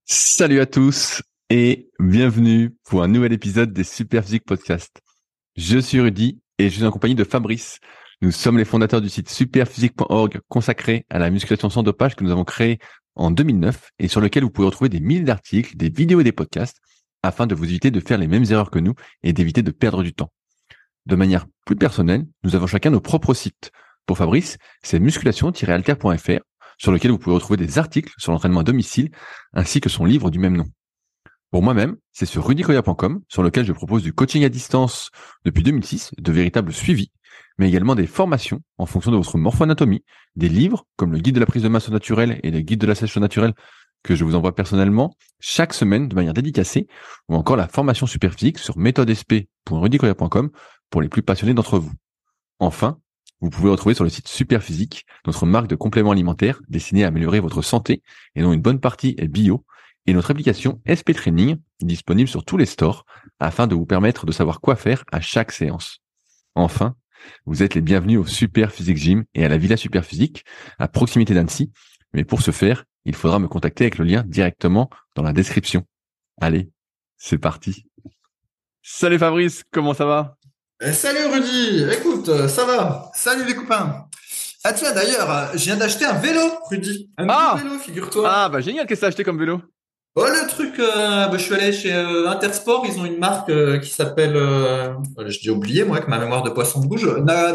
Salut à tous et bienvenue pour un nouvel épisode des Superphysique Podcast. Je suis Rudy et je suis en compagnie de Fabrice. Nous sommes les fondateurs du site superphysique.org consacré à la musculation sans dopage que nous avons créé en 2009 et sur lequel vous pouvez retrouver des milliers d'articles, des vidéos et des podcasts afin de vous éviter de faire les mêmes erreurs que nous et d'éviter de perdre du temps. De manière plus personnelle, nous avons chacun nos propres sites. Pour Fabrice, c'est musculation-alter.fr sur lequel vous pouvez retrouver des articles sur l'entraînement à domicile ainsi que son livre du même nom. Pour moi-même, c'est sur rudykoya.com sur lequel je propose du coaching à distance depuis 2006, de véritables suivis, mais également des formations en fonction de votre morpho-anatomie, des livres comme le guide de la prise de masse naturelle et le guide de la sèche naturelle que je vous envoie personnellement chaque semaine de manière dédicacée, ou encore la formation Superphysique sur méthodesp.rudykoya.com pour les plus passionnés d'entre vous. Enfin, vous pouvez retrouver sur le site Superphysique notre marque de compléments alimentaires destinée à améliorer votre santé et dont une bonne partie est bio, et notre application SP Training disponible sur tous les stores afin de vous permettre de savoir quoi faire à chaque séance. Enfin, vous êtes les bienvenus au Superphysique Gym et à la Villa Superphysique à proximité d'Annecy, mais pour ce faire, il faudra me contacter avec le lien directement dans la description. Allez, c'est parti. Salut Fabrice, comment ça va? Salut Rudy, écoute, ça va? Salut les copains. Ah tiens d'ailleurs, je viens d'acheter un vélo, Rudy. Un nouveau vélo, figure-toi. Bah génial, qu'est-ce que t'as acheté comme vélo? Oh le truc, je suis allé chez Intersport, ils ont une marque qui s'appelle, j'ai oublié moi avec ma mémoire de poisson rouge,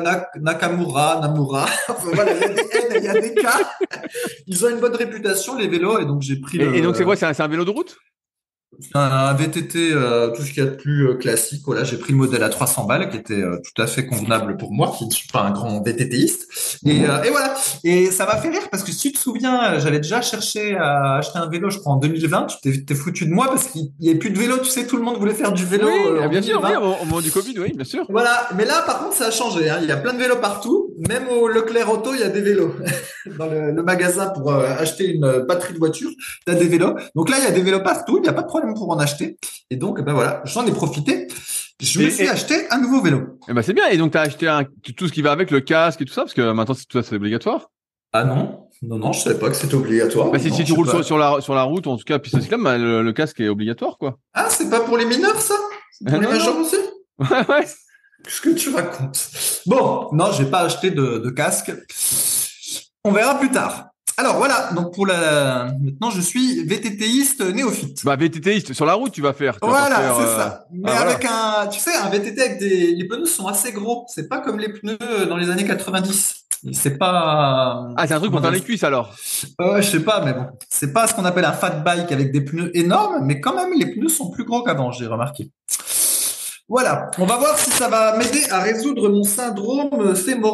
Namura. Enfin, voilà, il y a des N, il y a des K. Ils ont une bonne réputation les vélos et donc j'ai pris Et donc c'est quoi, c'est un vélo de route? un VTT, tout ce qu'il y a de plus classique. Voilà, j'ai pris le modèle à 300 balles qui était tout à fait convenable pour moi, qui ne suis pas un grand VTTiste. Et voilà. Et ça m'a fait rire parce que si tu te souviens, j'avais déjà cherché à acheter un vélo, je crois en 2020. Tu t'es foutu de moi parce qu'il y avait plus de vélo. Tu sais, tout le monde voulait faire du vélo Oui, en bien sûr, oui, 2020. au moment du Covid, oui, bien sûr. Voilà. Mais là, par contre, ça a changé. Hein. Il y a plein de vélos partout. Même au Leclerc Auto, il y a des vélos. Dans le magasin pour acheter une batterie de voiture, t'as des vélos. Donc là, il y a des vélos partout. Il n'y a pas de problème pour en acheter. Et donc, ben voilà, j'en ai profité. Je me suis acheté un nouveau vélo. Et ben c'est bien. Et donc t'as acheté tout ce qui va avec le casque et tout ça, parce que maintenant tout ça c'est obligatoire. Ah non, non, je savais pas que c'était obligatoire. Bah si, Non, si tu je sais roules pas. sur la route, en tout cas piste cyclable, bah, le casque est obligatoire, quoi. Ah, c'est pas pour les mineurs, ça? C'est pour les Non, majeurs non. aussi? Ouais, ouais. Qu'est-ce que tu racontes? Bon, non, j'ai pas acheté de casque. On verra plus tard. Alors voilà, donc maintenant je suis VTTiste néophyte. Bah VTTiste sur la route, tu vas faire. Tu vas pas Voilà, faire. c'est ça. Mais Ah voilà. avec tu sais, un VTT avec les pneus sont assez gros. C'est pas comme les pneus dans les années 90. C'est pas, Ah c'est un truc comment pour faire dire, les cuisses alors. je sais pas, mais bon. C'est pas ce qu'on appelle un fat bike avec des pneus énormes, mais quand même, les pneus sont plus gros qu'avant, j'ai remarqué. Voilà. On va voir si ça va m'aider à résoudre mon syndrome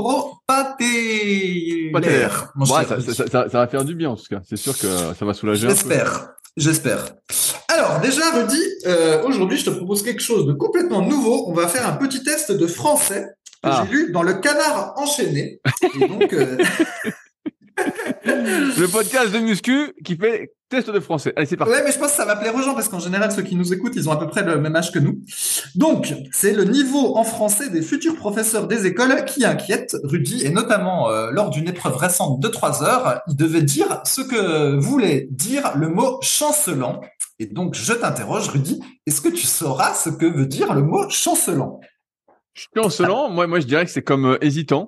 Pater. fémoro-patellaire, mon Ouais, cher Rudy. ça va faire du bien en tout cas. C'est sûr que ça va soulager un peu. J'espère. Alors déjà, Rudy, aujourd'hui, je te propose quelque chose de complètement nouveau. On va faire un petit test de français que j'ai Ah. lu dans le Canard enchaîné. Et donc, Le podcast de muscu qui fait test de français. Allez, c'est parti. ouais, mais je pense que ça va plaire aux gens parce qu'en général, ceux qui nous écoutent, ils ont à peu près le même âge que nous. Donc, c'est le niveau en français des futurs professeurs des écoles qui inquiète Rudy, et notamment lors d'une épreuve récente de 3 heures, il devait dire ce que voulait dire le mot chancelant. Et donc, je t'interroge, Rudy, est-ce que tu sauras ce que veut dire le mot chancelant? Chancelant, moi je dirais que c'est comme hésitant.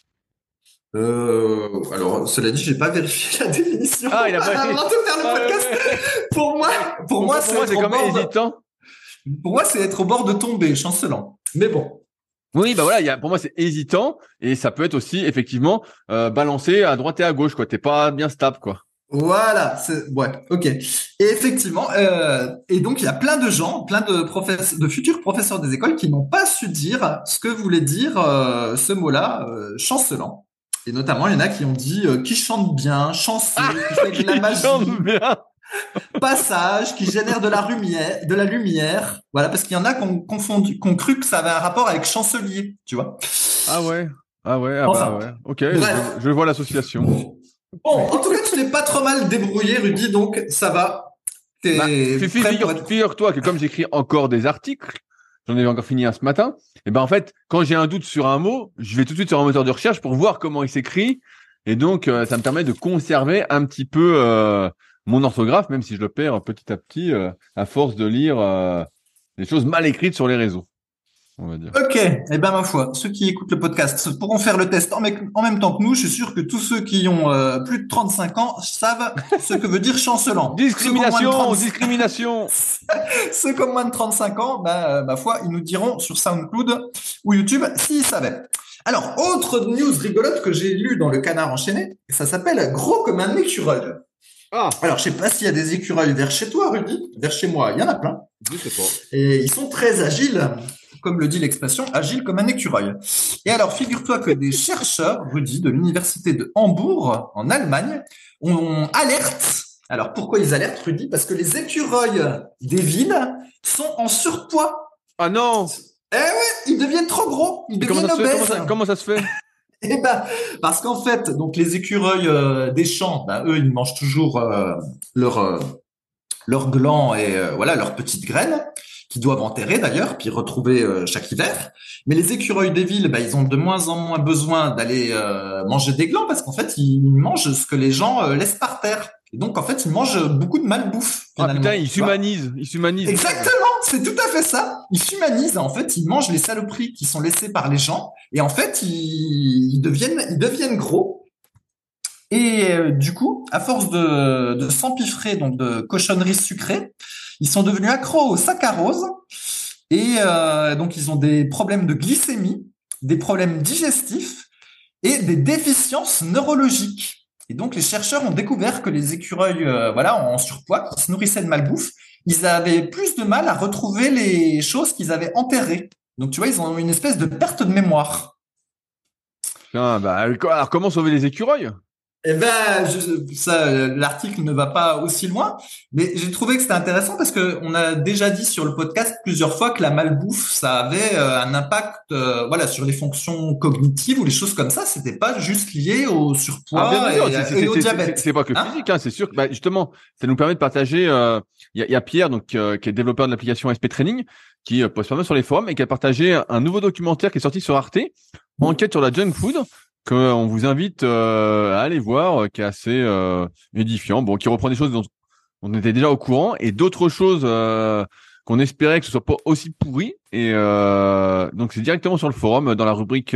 Alors, cela dit, j'ai pas vérifié la définition Ah, il a pas. avant de faire le Ah, podcast. ouais. Pour moi, Pour moi, c'est c'est être au comme bord hésitant. pour moi, c'est être au bord de tomber, chancelant. Mais bon. Oui, bah voilà, pour moi c'est hésitant et ça peut être aussi effectivement balancé à droite et à gauche, quoi. T'es pas bien stable, quoi. Voilà, ouais, ok. Et effectivement, et donc il y a plein de gens, plein de futurs professeurs des écoles qui n'ont pas su dire ce que voulait dire ce mot-là, chancelant. Et notamment, il y en a qui ont dit qui chante bien, chanceux, Ah, qui fait de la qui chante magie, bien. passage, qui génère de la lumière. Voilà, parce qu'il y en a qui ont confondu, qui ont cru que ça avait un rapport avec chancelier, tu vois. Ah ouais, ah ouais, ah bah Enfin, ouais. Ok, bref. je vois l'association. Bon, en tout cas, tu t'es pas trop mal débrouillé, Rudy, donc ça va. Bah, T'es prêt pour être... figure-toi que comme j'écris encore des articles, j'en ai encore fini un ce matin, et ben en fait, quand j'ai un doute sur un mot, je vais tout de suite sur un moteur de recherche pour voir comment il s'écrit, et donc ça me permet de conserver un petit peu mon orthographe, même si je le perds petit à petit, à force de lire des choses mal écrites sur les réseaux, on va dire. Ok, eh ben ma foi, ceux qui écoutent le podcast pourront faire le test en même temps que nous. Je suis sûr que tous ceux qui ont plus de 35 ans savent ce que veut dire chancelant. Discrimination, discrimination. Ceux qui ont moins de 35 ans, ma foi, ils nous diront sur SoundCloud ou YouTube s'ils savaient. Alors, autre news rigolote que j'ai lue dans le Canard enchaîné, ça s'appelle Gros comme un écureuil. Ah, Alors, je sais pas s'il y a des écureuils vers chez toi, Rudy. Vers chez moi, il y en a plein. je sais pas. Et ils sont très agiles, comme le dit l'expression, agile comme un écureuil. Et alors, figure-toi que des chercheurs, Rudy, de l'université de Hambourg, en Allemagne, ont alerte. Alors, pourquoi ils alertent, Rudy? Parce que les écureuils des villes sont en surpoids. Ah non! Eh ouais, ils deviennent trop gros, ils Comment deviennent ça se fait? obèses. Comment ça se fait? Eh ben, parce qu'en fait, donc les écureuils des champs, eux, ils mangent toujours leurs glands et voilà leurs petites graines qu'ils doivent enterrer d'ailleurs, puis retrouver chaque hiver. Mais les écureuils des villes, ils ont de moins en moins besoin d'aller manger des glands parce qu'en fait, ils mangent ce que les gens laissent par terre. Et donc, en fait, ils mangent beaucoup de malbouffe, Ah finalement. putain, ils s'humanisent. Exactement, c'est tout à fait ça. Ils s'humanisent, en fait, ils mangent les saloperies qui sont laissées par les gens, et en fait, ils deviennent gros. Et du coup, à force de s'empiffrer donc de cochonneries sucrées, ils sont devenus accros au saccharose, et donc ils ont des problèmes de glycémie, des problèmes digestifs et des déficiences neurologiques. Et donc, les chercheurs ont découvert que les écureuils, en surpoids, qui se nourrissaient de malbouffe, ils avaient plus de mal à retrouver les choses qu'ils avaient enterrées. Donc, tu vois, ils ont une espèce de perte de mémoire. Putain, alors comment sauver les écureuils? Eh ben, l'article ne va pas aussi loin, mais j'ai trouvé que c'était intéressant parce que on a déjà dit sur le podcast plusieurs fois que la malbouffe, ça avait un impact, sur les fonctions cognitives ou les choses comme ça. C'était pas juste lié au Ah bien surpoids sûr, et au diabète. c'est pas que Hein. physique, hein, c'est sûr. Justement, ça nous permet de partager. Il y a Pierre, donc qui est développeur de l'application SP Training, qui poste pas mal sur les forums et qui a partagé un nouveau documentaire qui est sorti sur Arte, enquête sur la junk food, qu'on vous invite à aller voir, qui est assez édifiant. Bon, qui reprend des choses dont on était déjà au courant et d'autres choses qu'on espérait que ce soit pas aussi pourri. Et donc c'est directement sur le forum dans la rubrique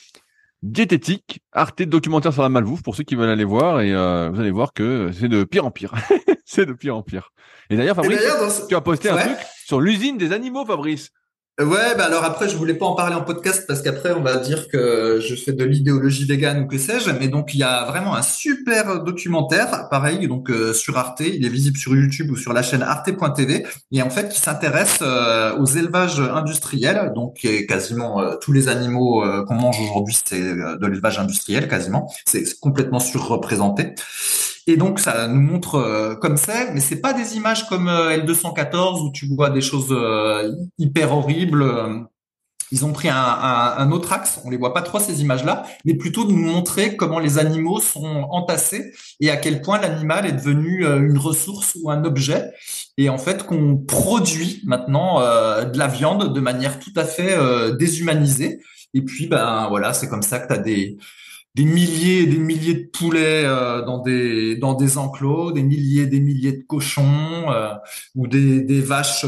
diététique, Arte documentaire sur la malbouffe pour ceux qui veulent aller voir et vous allez voir que c'est de pire en pire. C'est de pire en pire. Et d'ailleurs Fabrice, tu as posté un truc sur l'usine des animaux, Fabrice. Ouais, alors après, je voulais pas en parler en podcast parce qu'après, on va dire que je fais de l'idéologie végane ou que sais-je. Mais donc, il y a vraiment un super documentaire, pareil, donc sur Arte. Il est visible sur YouTube ou sur la chaîne arte.tv. Et en fait, qui s'intéresse aux élevages industriels. Donc, quasiment tous les animaux qu'on mange aujourd'hui, c'est de l'élevage industriel, quasiment. C'est complètement surreprésenté. Et donc ça nous montre comme c'est, mais c'est pas des images comme L214 où tu vois des choses hyper horribles. Ils ont pris un autre axe, on les voit pas trop ces images-là, mais plutôt de nous montrer comment les animaux sont entassés et à quel point l'animal est devenu une ressource ou un objet, et en fait qu'on produit maintenant de la viande de manière tout à fait déshumanisée. Et puis c'est comme ça que tu as des milliers et des milliers de poulets dans des enclos, des milliers et des milliers de cochons ou des vaches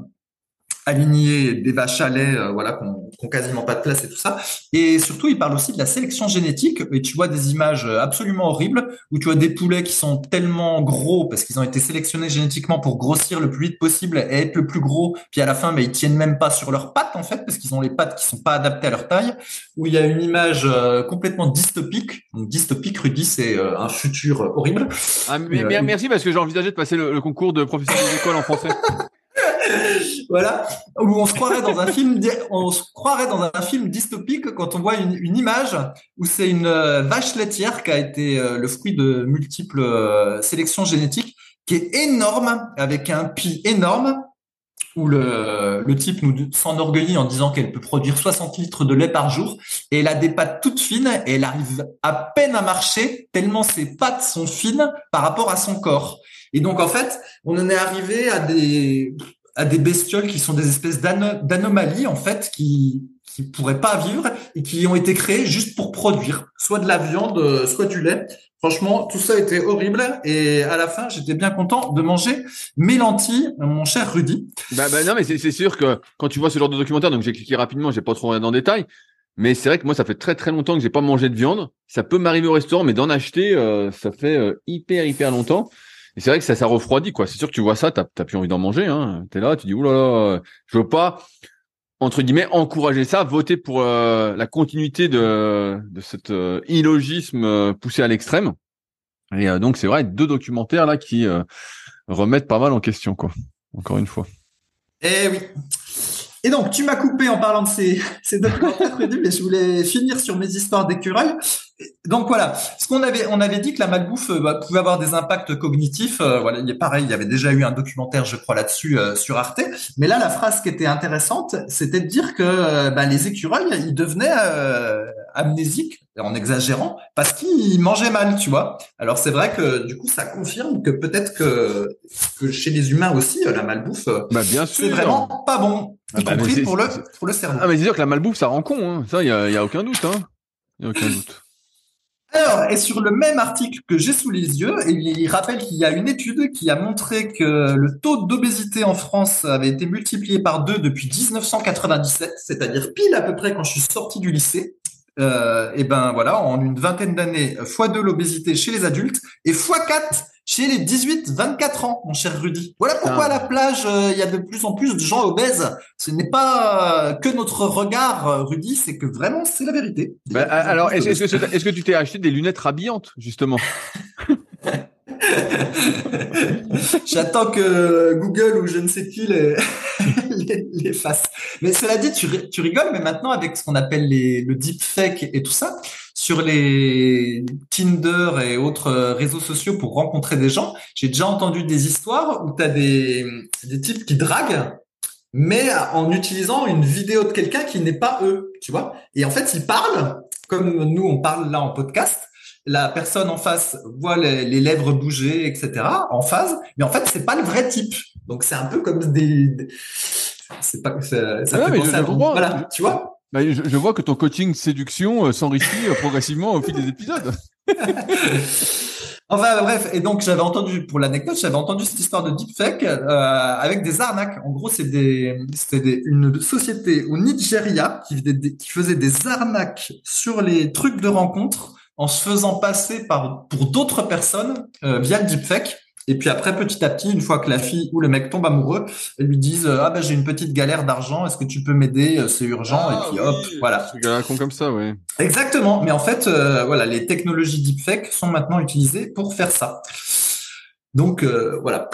alignées, des vaches à lait qui ont quasiment pas de place et tout ça. Et surtout, il parle aussi de la sélection génétique et tu vois des images absolument horribles où tu vois des poulets qui sont tellement gros parce qu'ils ont été sélectionnés génétiquement pour grossir le plus vite possible et être le plus gros, puis à la fin ils tiennent même pas sur leurs pattes en fait parce qu'ils ont les pattes qui sont pas adaptées à leur taille, où il y a une image complètement dystopique. Donc dystopique, Rudy, c'est un futur horrible. Ah, merci parce que j'ai envisagé de passer le concours de professeur d'école en français. Voilà, où on se croirait dans un film dystopique quand on voit une image où c'est une vache laitière qui a été le fruit de multiples sélections génétiques, qui est énorme, avec un pis énorme, où le type nous s'enorgueillit en disant qu'elle peut produire 60 litres de lait par jour, et elle a des pattes toutes fines, et elle arrive à peine à marcher, tellement ses pattes sont fines par rapport à son corps. Et donc, en fait, on en est arrivé à des bestioles qui sont des espèces d'anomalies, en fait, qui qui pourraient pas vivre et qui ont été créés juste pour produire soit de la viande, soit du lait. Franchement, tout ça était horrible et à la fin, j'étais bien content de manger mes lentilles, mon cher Rudy. Bah non, mais c'est sûr que quand tu vois ce genre de documentaire, donc j'ai cliqué rapidement, j'ai pas trop regardé en détail, mais c'est vrai que moi, ça fait très très longtemps que j'ai pas mangé de viande. Ça peut m'arriver au restaurant, mais d'en acheter, ça fait hyper longtemps. Et c'est vrai que ça refroidit, quoi. C'est sûr que tu vois ça, t'as plus envie d'en manger, hein. T'es là, tu dis, oulala, je veux pas, entre guillemets, encourager ça, voter pour la continuité de cet illogisme poussé à l'extrême. Et donc, c'est vrai, 2 documentaires là qui remettent pas mal en question, quoi. Encore une fois. Eh oui. Et donc, tu m'as coupé en parlant de ces documentaires, Rudy, mais je voulais finir sur mes histoires d'écureuils. Donc voilà, on avait dit que la malbouffe pouvait avoir des impacts cognitifs. Voilà, il est pareil, il y avait déjà eu un documentaire, je crois, là-dessus sur Arte. Mais là, la phrase qui était intéressante, c'était de dire que les écureuils, ils devenaient amnésiques, en exagérant, parce qu'ils mangeaient mal, tu vois. Alors c'est vrai que du coup, ça confirme que peut-être que chez les humains aussi, la malbouffe, Bien c'est sûr. vraiment pas bon, y compris pour le cerveau. Ah, mais c'est sûr que la malbouffe, ça rend con, hein. Ça, y a aucun doute, hein. Y a aucun doute. Alors, et sur le même article que j'ai sous les yeux, il rappelle qu'il y a une étude qui a montré que le taux d'obésité en France avait été multiplié par 2 depuis 1997, c'est-à-dire pile à peu près quand je suis sorti du lycée. Et ben voilà, en une vingtaine d'années, x2 l'obésité chez les adultes et x4 chez les 18-24 ans, mon cher Rudy. Voilà pourquoi à la plage, il y a de plus en plus de gens obèses. Ce n'est pas que notre regard, Rudy, c'est que vraiment, c'est la vérité. Alors, est-ce que tu t'es acheté des lunettes rhabillantes, justement? J'attends que Google ou je ne sais qui les fasse. Mais cela dit, tu rigoles, mais maintenant avec ce qu'on appelle le deepfake et tout ça, sur les Tinder et autres réseaux sociaux pour rencontrer des gens, j'ai déjà entendu des histoires où tu as des types qui draguent, mais en utilisant une vidéo de quelqu'un qui n'est pas eux, tu vois. Et en fait, ils parlent, comme nous on parle là en podcast, la personne en face voit les lèvres bouger, etc., en phase, mais en fait, c'est pas le vrai type. Donc, c'est un peu comme c'est pas, ça fait penser à voilà, tu vois? Je vois que ton coaching séduction s'enrichit progressivement au fil des épisodes. Enfin bref, et donc pour l'anecdote, j'avais entendu cette histoire de deepfake avec des arnaques. En gros, c'était une société au Nigeria qui faisait des arnaques sur les trucs de rencontre en se faisant passer pour d'autres personnes via le deepfake. Et puis après, petit à petit, une fois que la fille ou le mec tombe amoureux, elles lui disent j'ai une petite galère d'argent, est-ce que tu peux m'aider? C'est urgent. Et puis hop, voilà. C'est un con comme ça, ouais. Exactement. Mais en fait, voilà, les technologies deepfake sont maintenant utilisées pour faire ça. Donc voilà.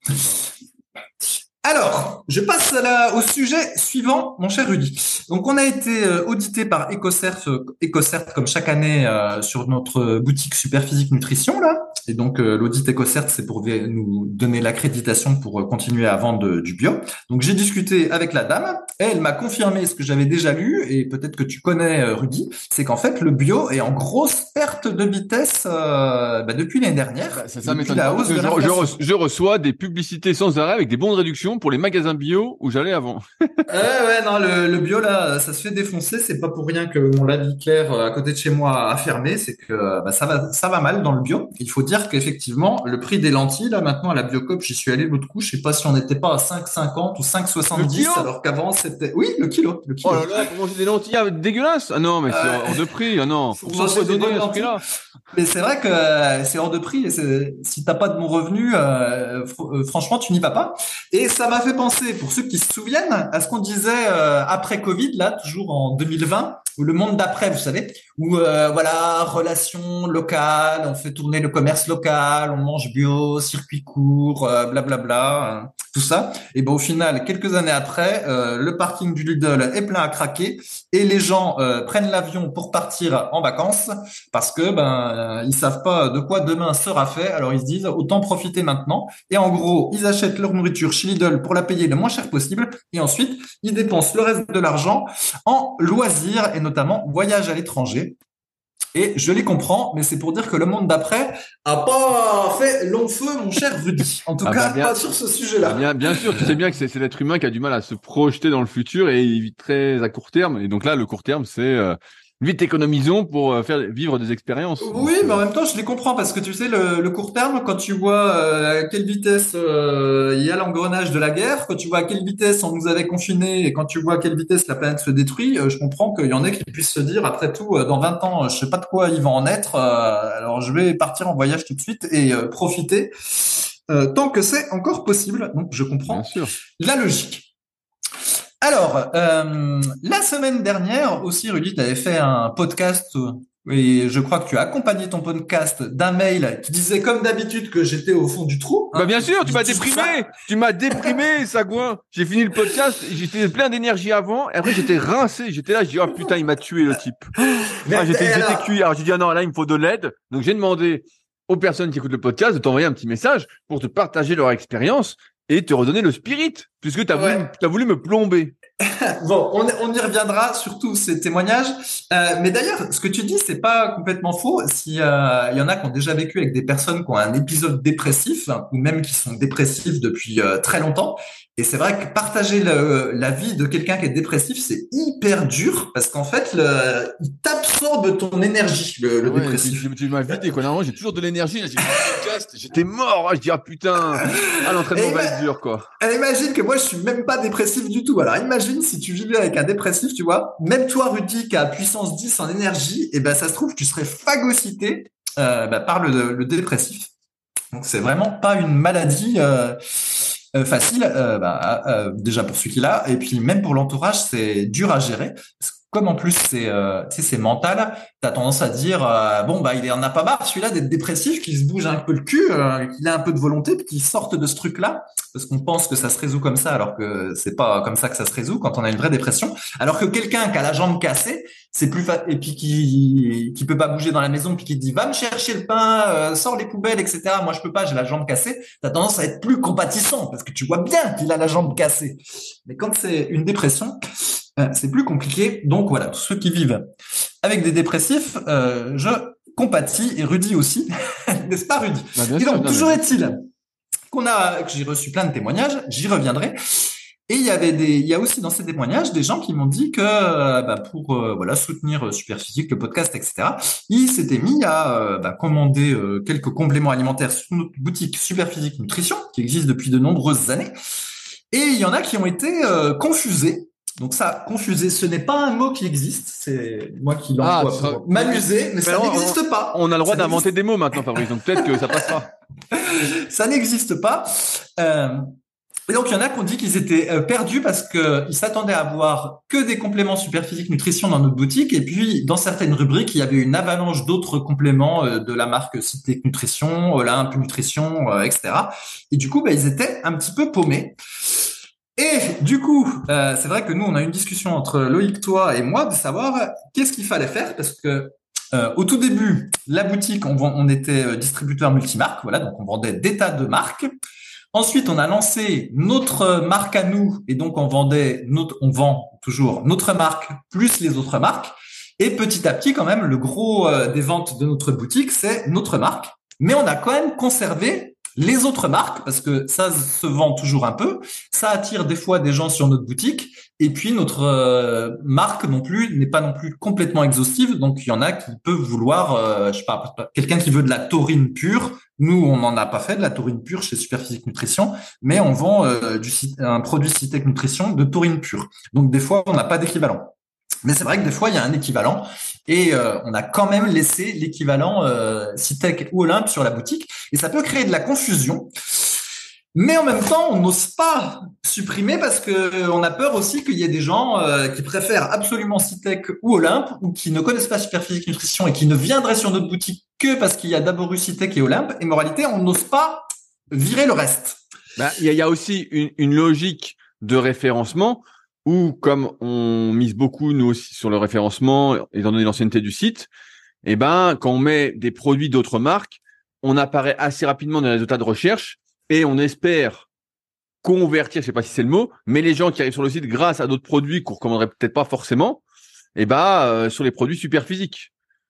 Alors, je passe au sujet suivant, mon cher Rudy. Donc, on a été audité par EcoCert comme chaque année sur notre boutique Superphysique Nutrition là. Et donc, l'audit EcoCert, c'est pour nous donner l'accréditation pour continuer à vendre du bio. Donc, j'ai discuté avec la dame et elle m'a confirmé ce que j'avais déjà lu et peut-être que tu connais Rudy, c'est qu'en fait, le bio est en grosse perte de vitesse depuis l'année dernière. Ça m'étonne pas. Je reçois des publicités sans arrêt avec des bons de réduction pour les magasins bio où j'allais avant. Non, le bio là, ça se fait défoncer. C'est pas pour rien que mon Lavis Clair à côté de chez moi a fermé. C'est que ça va mal dans le bio. Il faut dire qu'effectivement, le prix des lentilles là maintenant à la Biocoop, j'y suis allé l'autre coup. Je sais pas si on n'était pas à 5,50 ou 5,70 alors qu'avant c'était le kilo. Oh là là, pour manger des lentilles dégueulasses. Ah non, mais c'est hors de prix. Ah non, faut s'empoisonner à ce prix-là. Mais c'est vrai que c'est hors de prix. Et si t'as pas de bon revenu, franchement, tu n'y vas pas. Et ça m'a fait penser, pour ceux qui se souviennent, à ce qu'on disait après Covid, là, toujours en 2020, ou le monde d'après, vous savez, où relations locales, on fait tourner le commerce local, on mange bio, circuit court, blablabla, tout ça. Et ben au final, quelques années après, le parking du Lidl est plein à craquer et les gens prennent l'avion pour partir en vacances parce que ils savent pas de quoi demain sera fait. Alors ils se disent autant profiter maintenant. Et en gros, ils achètent leur nourriture chez Lidl pour la payer le moins cher possible et ensuite ils dépensent le reste de l'argent en loisirs et notamment voyage à l'étranger. Et je les comprends, mais c'est pour dire que le monde d'après a pas fait long feu, mon cher Rudy. En tout Ah bah cas, bien, pas sur ce sujet-là. bien sûr, tu sais bien que c'est l'être humain qui a du mal à se projeter dans le futur et il vit très à court terme. Et donc là, le court terme, c'est vite économisons pour faire vivre des expériences. Oui, Donc, mais en même temps, je les comprends parce que tu sais, le court terme, quand tu vois à quelle vitesse il y a l'engrenage de la guerre, quand tu vois à quelle vitesse on nous avait confinés et quand tu vois à quelle vitesse la planète se détruit, je comprends qu'il y en ait qui puissent se dire, après tout, dans 20 ans, je sais pas de quoi ils vont en être, alors je vais partir en voyage tout de suite et profiter tant que c'est encore possible. Donc, je bien comprends sûr. la logique. Alors, la semaine dernière aussi, Rudy, tu avais fait un podcast et je crois que tu as accompagné ton podcast d'un mail qui disait comme d'habitude que j'étais au fond du trou. Bah Hein, bien sûr, tu dis toujours ça. tu m'as déprimé, Sagouin. J'ai fini le podcast, j'étais plein d'énergie avant, et après j'étais rincé, j'étais là, je dis oh putain, il m'a tué le type. Ah, j'étais Alors, cuit. Alors j'ai dit ah non, là il me faut de l'aide. Donc j'ai demandé aux personnes qui écoutent le podcast de t'envoyer un petit message pour te partager leur expérience et te redonner le spirit, puisque ouais. t'as voulu me plomber. Bon, on y reviendra sur tous ces témoignages. Mais d'ailleurs, ce que tu dis, c'est pas complètement faux. Si il y en a qui ont déjà vécu avec des personnes qui ont un épisode dépressif hein, ou même qui sont dépressifs depuis très longtemps. Et c'est vrai que partager la vie de quelqu'un qui est dépressif, c'est hyper dur parce qu'en fait, il t'absorbe ton énergie, le Ah ouais, dépressif. tu m'as vidé quoi. Normalement, j'ai toujours de l'énergie. Là, j'ai fait le podcast, j'étais mort. Ah, je dis ah putain, ah l'entraînement Et va être dur quoi. imagine que moi, je suis même pas dépressif du tout. Alors, imagine si tu vivais avec un dépressif, tu vois. Même toi, Rudy, qui a puissance 10 en énergie, et ben, ça se trouve, tu serais phagocyté par le dépressif. Donc, c'est vraiment pas une maladie facile, déjà pour celui qui l'a, et puis même pour l'entourage, c'est dur à gérer. Parce que comme en plus tu sais, c'est mental, t'as tendance à dire bon bah il en a pas marre celui-là d'être dépressif, qu'il se bouge un peu le cul, qu'il a un peu de volonté, puis qu'il sorte de ce truc-là, parce qu'on pense que ça se résout comme ça, alors que c'est pas comme ça que ça se résout quand on a une vraie dépression. Alors que quelqu'un qui a la jambe cassée, c'est plus et puis qui peut pas bouger dans la maison, puis qui te dit va me chercher le pain, sors les poubelles, etc. Moi je peux pas, j'ai la jambe cassée. T'as tendance à être plus compatissant parce que tu vois bien qu'il a la jambe cassée. Mais quand c'est une dépression, c'est plus compliqué. Donc voilà, tous ceux qui vivent avec des dépressifs, je compatis et Rudy aussi, n'est-ce pas Rudy? Bah bien Et sûr, donc non mais toujours bien sûr. est-il que j'ai reçu plein de témoignages, j'y reviendrai. Et il y a aussi dans ces témoignages des gens qui m'ont dit que pour voilà soutenir Superphysique, le podcast, etc. Ils s'étaient mis à commander quelques compléments alimentaires sur notre boutique Superphysique Nutrition qui existe depuis de nombreuses années. Et il y en a qui ont été confusés. Donc ça, confusé, ce n'est pas un mot qui existe. C'est moi qui Ah, l'emploie pour m'amuser, mais ça n'existe pas. on a le droit Ça d'inventer n'existe, des mots maintenant, Fabrice. Donc peut-être que ça passera. ça n'existe pas. Euh, Et donc, il y en a qui ont dit qu'ils étaient perdus parce qu'ils s'attendaient à avoir que des compléments Superphysique Nutrition dans notre boutique. Et puis, dans certaines rubriques, il y avait une avalanche d'autres compléments de la marque Cytec Nutrition, Olympe Nutrition, etc. Et du coup, ils étaient un petit peu paumés. Et du coup, c'est vrai que nous, on a eu une discussion entre Loïc, toi et moi de savoir qu'est-ce qu'il fallait faire parce que au tout début, la boutique, on était distributeur multimarque, voilà, donc on vendait des tas de marques. Ensuite, on a lancé notre marque à nous et donc on vend toujours notre marque plus les autres marques. Et petit à petit, quand même, le gros des ventes de notre boutique, c'est notre marque. Mais on a quand même conservé les autres marques parce que ça se vend toujours un peu. Ça attire des fois des gens sur notre boutique. Et puis notre marque non plus n'est pas non plus complètement exhaustive. Donc il y en a qui peuvent vouloir, je sais pas, quelqu'un qui veut de la taurine pure. Nous, on n'en a pas fait de la taurine pure chez Superphysique Nutrition, mais on vend un produit Cytec Nutrition de taurine pure. Donc des fois, on n'a pas d'équivalent. Mais c'est vrai que des fois, il y a un équivalent et on a quand même laissé l'équivalent Cytec ou Olympe sur la boutique et ça peut créer de la confusion. Mais en même temps, on n'ose pas supprimer parce que on a peur aussi qu'il y ait des gens qui préfèrent absolument Cytec ou Olympe ou qui ne connaissent pas Superphysique Nutrition et qui ne viendraient sur notre boutique que parce qu'il y a d'abord eu Cytec et Olympe. Et moralité, on n'ose pas virer le reste. Bah, il y a aussi une logique de référencement où, comme on mise beaucoup, nous aussi, sur le référencement, étant donné l'ancienneté du site, eh ben, quand on met des produits d'autres marques, on apparaît assez rapidement dans les résultats de recherche et on espère convertir, je sais pas si c'est le mot, mais les gens qui arrivent sur le site grâce à d'autres produits qu'on recommanderait peut-être pas forcément, sur les produits Superphysique.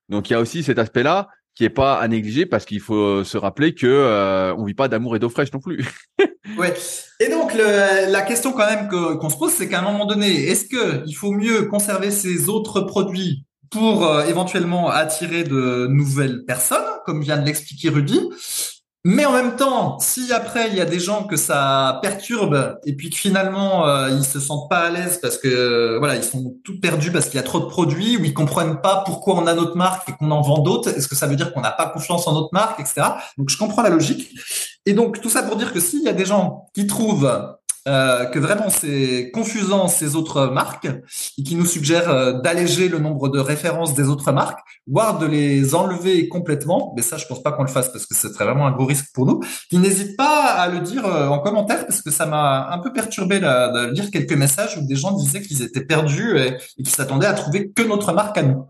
Donc, il y a aussi cet aspect-là qui est pas à négliger parce qu'il faut se rappeler que on vit pas d'amour et d'eau fraîche non plus. Ouais. Et donc la question quand même qu'on se pose, c'est qu'à un moment donné, est-ce que il faut mieux conserver ces autres produits pour éventuellement attirer de nouvelles personnes, comme vient de l'expliquer Rudy, mais en même temps, si après il y a des gens que ça perturbe et puis que finalement ils se sentent pas à l'aise parce que voilà, ils sont tout perdus parce qu'il y a trop de produits ou ils comprennent pas pourquoi on a notre marque et qu'on en vend d'autres, est-ce que ça veut dire qu'on n'a pas confiance en notre marque, etc. Donc je comprends la logique. Et donc tout ça pour dire que s'il y a des gens qui trouvent que vraiment c'est confusant ces autres marques et qui nous suggèrent d'alléger le nombre de références des autres marques, voire de les enlever complètement, mais ça je pense pas qu'on le fasse parce que ce serait vraiment un gros risque pour nous, qui n'hésitent pas à le dire en commentaire parce que ça m'a un peu perturbé de lire quelques messages où des gens disaient qu'ils étaient perdus et qu'ils s'attendaient à trouver que notre marque à nous.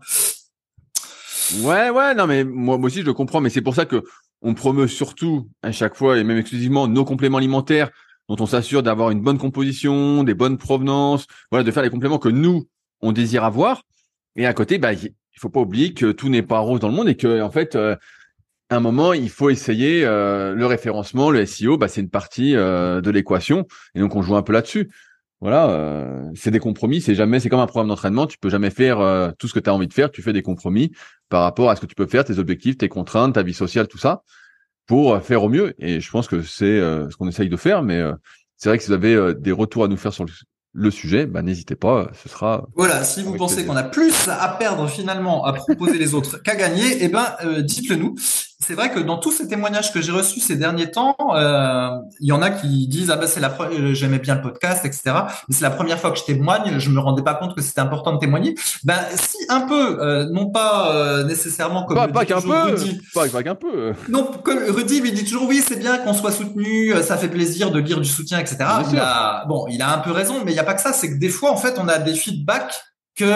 Ouais, non, mais moi aussi je le comprends, mais c'est pour ça que on promeut surtout à chaque fois et même exclusivement nos compléments alimentaires dont on s'assure d'avoir une bonne composition, des bonnes provenances, voilà, de faire les compléments que nous on désire avoir. Et à côté, bah il faut pas oublier que tout n'est pas rose dans le monde et que en fait, à un moment il faut essayer le référencement, le SEO, bah c'est une partie de l'équation et donc on joue un peu là-dessus. Voilà, c'est des compromis, c'est comme un programme d'entraînement, tu peux jamais faire tout ce que tu as envie de faire, tu fais des compromis par rapport à ce que tu peux faire, tes objectifs, tes contraintes, ta vie sociale, tout ça, pour faire au mieux. Et je pense que c'est ce qu'on essaye de faire, mais c'est vrai que si vous avez des retours à nous faire sur le sujet, bah n'hésitez pas, ce sera Voilà, si vous avec pensez plaisir. qu'on a plus à perdre finalement à proposer les autres qu'à gagner, eh ben dites-le nous. C'est vrai que dans tous ces témoignages que j'ai reçus ces derniers temps, il y en a qui disent ah ben j'aimais bien le podcast, etc. Mais c'est la première fois que je témoigne, je me rendais pas compte que c'était important de témoigner. Ben si un peu, non pas nécessairement comme le Pas dit qu'un toujours peu, Rudy. pas qu'un peu. Non, comme Rudy lui dit toujours oui, c'est bien qu'on soit soutenu, ça fait plaisir de lire du soutien, Bien etc. sûr. Il a un peu raison, mais il n'y a pas que ça, c'est que des fois, en fait, on a des feedbacks que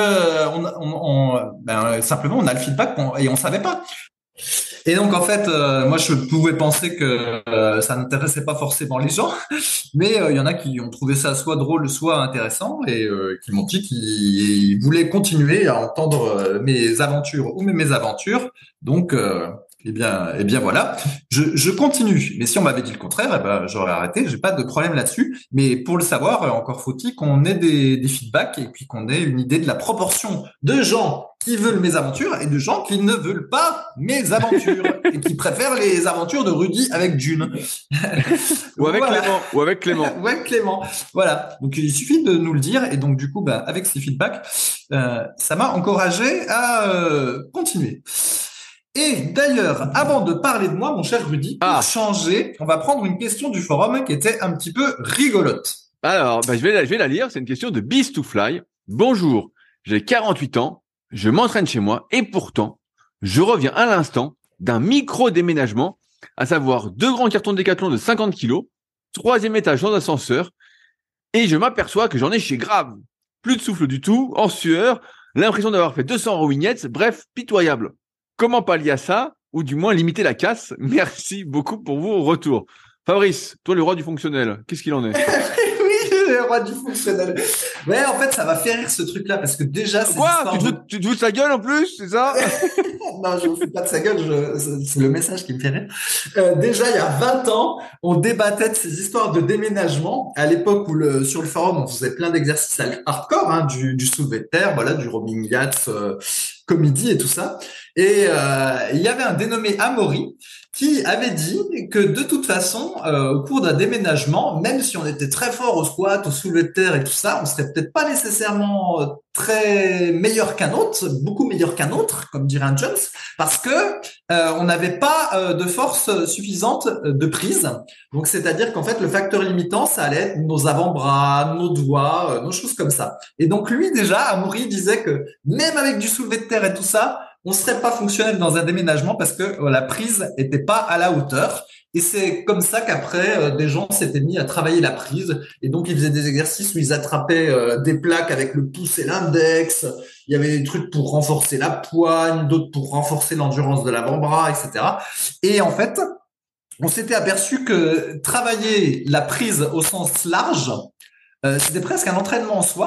simplement on a le feedback et on savait pas. Et donc en fait, moi je pouvais penser que ça n'intéressait pas forcément les gens, mais il y en a qui ont trouvé ça soit drôle, soit intéressant et qui m'ont dit qu'ils voulaient continuer à entendre mes aventures ou mes mésaventures. Donc eh bien voilà, je continue. Mais si on m'avait dit le contraire, eh ben j'aurais arrêté. J'ai pas de problème là-dessus. Mais pour le savoir, encore faut-il qu'on ait des feedbacks et puis qu'on ait une idée de la proportion de gens qui veulent mes aventures et de gens qui ne veulent pas mes aventures et qui préfèrent les aventures de Rudy avec June. Ou avec Voilà. Clément, ou avec Clément. Ouais, Clément. Voilà. Donc, il suffit de nous le dire. Et donc, du coup, bah, avec ces feedbacks, ça m'a encouragé à continuer. Et d'ailleurs, avant de parler de moi, mon cher Rudy, pour Ah, changer, on va prendre une question du forum qui était un petit peu rigolote. alors, bah, je vais la lire. C'est une question de Beast to Fly. Bonjour, j'ai 48 ans, je m'entraîne chez moi et pourtant, je reviens à l'instant d'un micro-déménagement, à savoir 2 grands cartons de Décathlon de 50 kilos, 3e étage sans ascenseur, et je m'aperçois que j'en ai chez grave. Plus de souffle du tout, en sueur, l'impression d'avoir fait 200 rowingettes, bref, pitoyable. Comment pallier à ça, ou du moins limiter la casse? Merci beaucoup pour vos retours. Fabrice, toi le roi du fonctionnel, qu'est-ce qu'il en est? Oui, le roi du fonctionnel. Ouais, en fait, ça m'a fait rire ce truc-là parce que déjà, ces Quoi? histoires de Tu te fous de sa gueule en plus, c'est ça? non, je ne fous pas de sa gueule, c'est le message qui me fait rire. Déjà, il y a 20 ans, on débattait de ces histoires de déménagement. À l'époque où sur le forum, on faisait plein d'exercices hardcore, hein, du soulevé de terre, voilà, du rowing yachts, comédie et tout ça. Et il y avait un dénommé Amaury qui avait dit que de toute façon, au cours d'un déménagement, même si on était très fort au squat, au soulevé de terre et tout ça, on serait peut-être pas nécessairement très meilleur qu'un autre, beaucoup meilleur qu'un autre, comme dirait un Jones, parce que on n'avait pas de force suffisante de prise. Donc, c'est-à-dire qu'en fait, le facteur limitant, ça allait être nos avant-bras, nos doigts, nos choses comme ça. Et donc, lui, déjà, Amaury disait que même avec du soulevé de terre et tout ça, on serait pas fonctionnel dans un déménagement parce que la prise était pas à la hauteur. Et c'est comme ça qu'après, des gens s'étaient mis à travailler la prise. Et donc, ils faisaient des exercices où ils attrapaient des plaques avec le pouce et l'index. Il y avait des trucs pour renforcer la poigne, d'autres pour renforcer l'endurance de l'avant-bras, etc. Et en fait, on s'était aperçu que travailler la prise au sens large, c'était presque un entraînement en soi,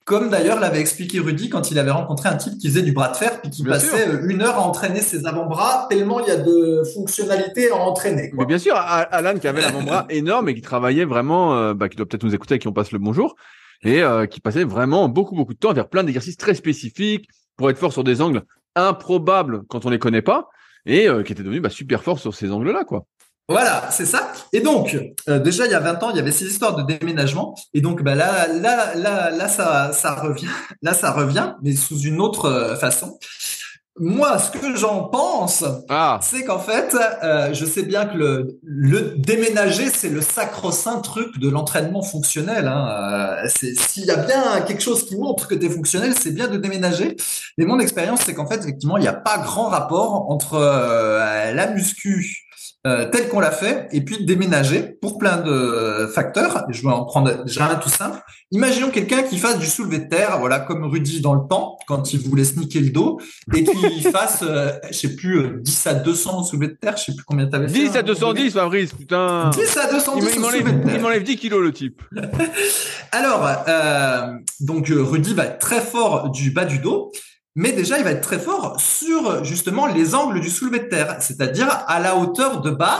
Comme d'ailleurs l'avait expliqué Rudy quand il avait rencontré un type qui faisait du bras de fer puis qui Bien sûr. passait 1 heure à entraîner ses avant-bras tellement il y a de fonctionnalités à entraîner, Mais quoi. bien sûr, Alan qui avait l'avant-bras énorme et qui travaillait vraiment, qui doit peut-être nous écouter et qui on passe le bonjour, et qui passait vraiment beaucoup, beaucoup de temps à faire plein d'exercices très spécifiques pour être fort sur des angles improbables quand on les connaît pas, et qui était devenu super fort sur ces angles-là, quoi. Voilà, c'est ça. Et donc, déjà, il y a 20 ans, il y avait ces histoires de déménagement. Et donc, bah, là, ça revient. Là, ça revient, mais sous une autre façon. Moi, ce que j'en pense, Ah, c'est qu'en fait, je sais bien que le déménager, c'est le sacro-saint truc de l'entraînement fonctionnel. Hein. S'il y a bien quelque chose qui montre que tu es fonctionnel, c'est bien de déménager. Mais mon expérience, c'est qu'en fait, effectivement, il n'y a pas grand rapport entre la muscu telle qu'on l'a fait et puis déménager pour plein de facteurs. Et je vais en prendre déjà un tout simple. Imaginons quelqu'un qui fasse du soulevé de terre, voilà, comme Rudy dans le temps, quand il voulait sniquer le dos et qu'il fasse, je sais plus, 10 à 200 soulevés de terre, je sais plus combien t'avais fait 10 à à un moment donné. 210, Fabrice, putain. 10 à Il 210 au m'enlève, soulevé de il terre. m'enlève 10 kilos, le type. Alors, donc Rudy va être très fort du bas du dos, mais déjà il va être très fort sur justement les angles du soulevé de terre, c'est-à-dire à la hauteur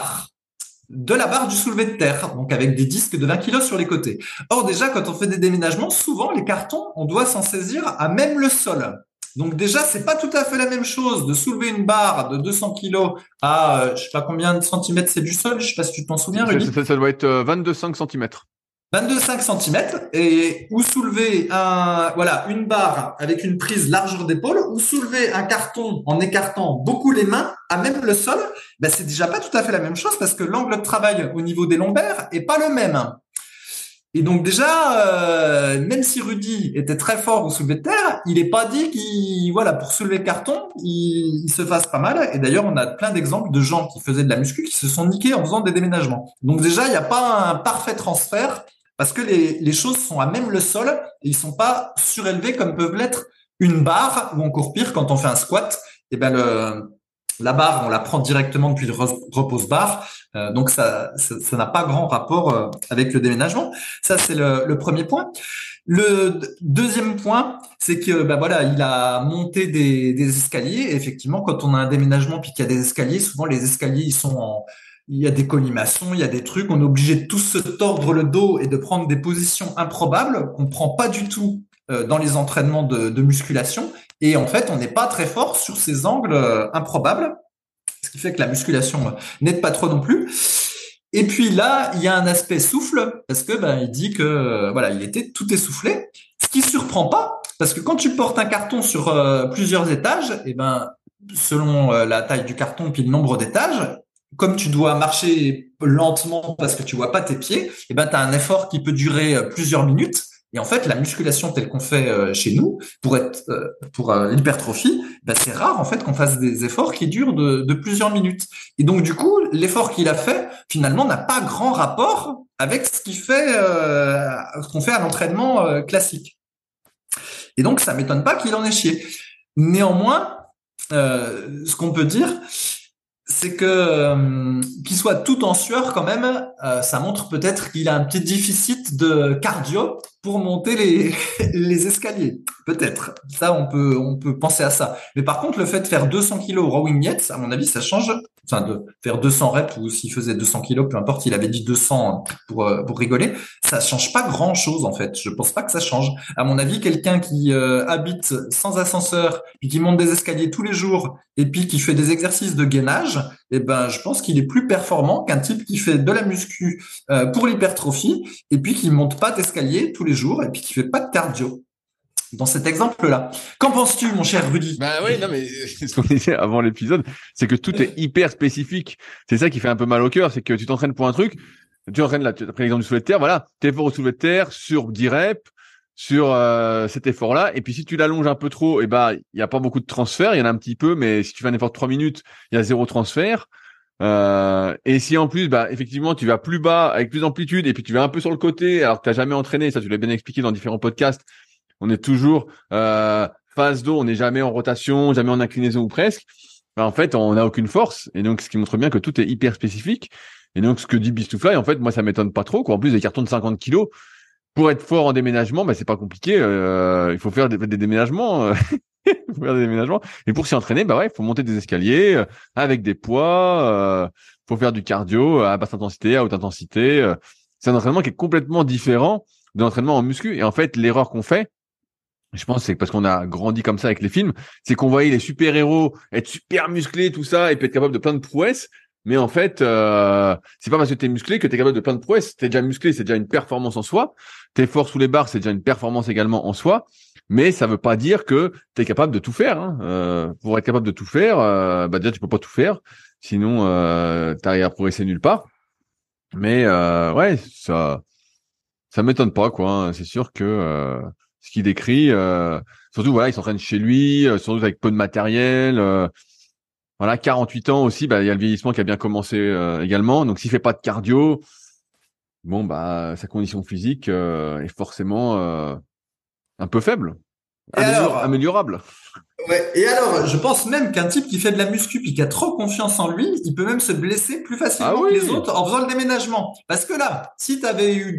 de la barre du soulevé de terre, donc avec des disques de 20 kilos sur les côtés. Or déjà, quand on fait des déménagements, souvent les cartons, on doit s'en saisir à même le sol. Donc déjà, c'est pas tout à fait la même chose de soulever une barre de 200 kilos à, je sais pas combien de centimètres c'est du sol, je sais pas si tu t'en souviens, Rudy. Ça doit être 22,5 centimètres. 22,5 cm et ou soulever une barre avec une prise largeur d'épaule ou soulever un carton en écartant beaucoup les mains à même le sol, ben c'est déjà pas tout à fait la même chose parce que l'angle de travail au niveau des lombaires est pas le même. Et donc déjà, même si Rudy était très fort au soulevé de terre, il est pas dit pour soulever le carton, il se fasse pas mal. Et d'ailleurs, on a plein d'exemples de gens qui faisaient de la muscu qui se sont niqués en faisant des déménagements. Donc déjà, il n'y a pas un parfait transfert parce que les choses sont à même le sol et ils sont pas surélevés comme peuvent l'être une barre ou encore pire quand on fait un squat. Et ben la barre, on la prend directement depuis le repose-barre. Donc ça n'a pas grand rapport avec le déménagement. Ça, c'est le premier point. Le deuxième point, c'est que il a monté des escaliers. Et effectivement, quand on a un déménagement puis qu'il y a des escaliers, souvent les escaliers il y a des colimaçons, il y a des trucs. On est obligé de tous se tordre le dos et de prendre des positions improbables qu'on prend pas du tout dans les entraînements de musculation. Et en fait, on n'est pas très fort sur ces angles improbables, ce qui fait que la musculation n'aide pas trop non plus. Et puis là, il y a un aspect souffle, parce que il dit que il était tout essoufflé, ce qui surprend pas, parce que quand tu portes un carton sur plusieurs étages, et selon la taille du carton puis le nombre d'étages, comme tu dois marcher lentement parce que tu vois pas tes pieds, tu as un effort qui peut durer plusieurs minutes. Et en fait, la musculation telle qu'on fait chez nous, pour l'hypertrophie, c'est rare en fait qu'on fasse des efforts qui durent de plusieurs minutes. Et donc du coup, l'effort qu'il a fait finalement n'a pas grand rapport avec ce qu'on fait à l'entraînement classique. Et donc ça m'étonne pas qu'il en ait chié. Néanmoins, ce qu'on peut dire, c'est que qu'il soit tout en sueur quand même, ça montre peut-être qu'il a un petit déficit de cardio pour monter les escaliers. Peut-être. Ça, on peut penser à ça. Mais par contre, le fait de faire 200 kilos rowing net, à mon avis, ça change. Enfin, de faire 200 reps ou s'il faisait 200 kilos, peu importe, il avait dit 200 pour rigoler. Ça change pas grand chose, en fait. Je pense pas que ça change. À mon avis, quelqu'un qui habite sans ascenseur et qui monte des escaliers tous les jours et puis qui fait des exercices de gainage, je pense qu'il est plus performant qu'un type qui fait de la muscu pour l'hypertrophie et puis qui monte pas d'escalier tous les jours et puis qui fait pas de cardio. Dans cet exemple-là. Qu'en penses-tu, mon cher Rudy? Oui, non, mais ce qu'on disait avant l'épisode, c'est que tout est hyper spécifique. C'est ça qui fait un peu mal au cœur, c'est que tu t'entraînes pour un truc, tu entraînes là, tu as pris l'exemple du soulevé de terre, voilà, t'es fort au soulevé de terre sur 10 reps, sur cet effort-là, et puis si tu l'allonges un peu trop, il y a pas beaucoup de transfert, il y en a un petit peu, mais si tu fais un effort de 3 minutes, il y a 0 transfert. Et si en plus, effectivement, tu vas plus bas, avec plus d'amplitude, et puis tu vas un peu sur le côté, alors que t'as jamais entraîné, ça tu l'as bien expliqué dans différents podcasts, on est toujours face dos, on n'est jamais en rotation, jamais en inclinaison ou presque. En fait, on n'a aucune force. Et donc, ce qui montre bien que tout est hyper spécifique. Et donc, ce que dit Beast2Fly, en fait, moi, ça m'étonne pas trop, quoi. En plus, des cartons de 50 kilos, pour être fort en déménagement, c'est pas compliqué. Il faut faire des déménagements. Il faut faire des déménagements. Et pour s'y entraîner, il faut monter des escaliers avec des poids. Faut faire du cardio à basse intensité, à haute intensité. C'est un entraînement qui est complètement différent de l'entraînement en muscu. Et en fait, l'erreur qu'on fait, je pense, c'est parce qu'on a grandi comme ça avec les films, c'est qu'on voyait les super-héros être super musclés, tout ça, et puis être capable de plein de prouesses. Mais en fait, c'est pas parce que t'es musclé que t'es capable de plein de prouesses. T'es déjà musclé, c'est déjà une performance en soi. T'es fort sous les barres, c'est déjà une performance également en soi. Mais ça veut pas dire que t'es capable de tout faire. Hein. Pour être capable de tout faire, déjà tu peux pas tout faire. Sinon, t'arrives à progresser nulle part. Mais ouais, ça m'étonne pas, quoi. Hein. C'est sûr que ce qu'il décrit, surtout voilà, il s'entraîne chez lui, surtout avec peu de matériel. Voilà, 48 ans aussi, il y a le vieillissement qui a bien commencé également. Donc s'il fait pas de cardio, sa condition physique est forcément un peu faible, Et alors, améliorable. ouais. Et alors, je pense même qu'un type qui fait de la muscu puis qui a trop confiance en lui, il peut même se blesser plus Ah facilement que les oui. autres en faisant le déménagement. Parce que là, si tu avais eu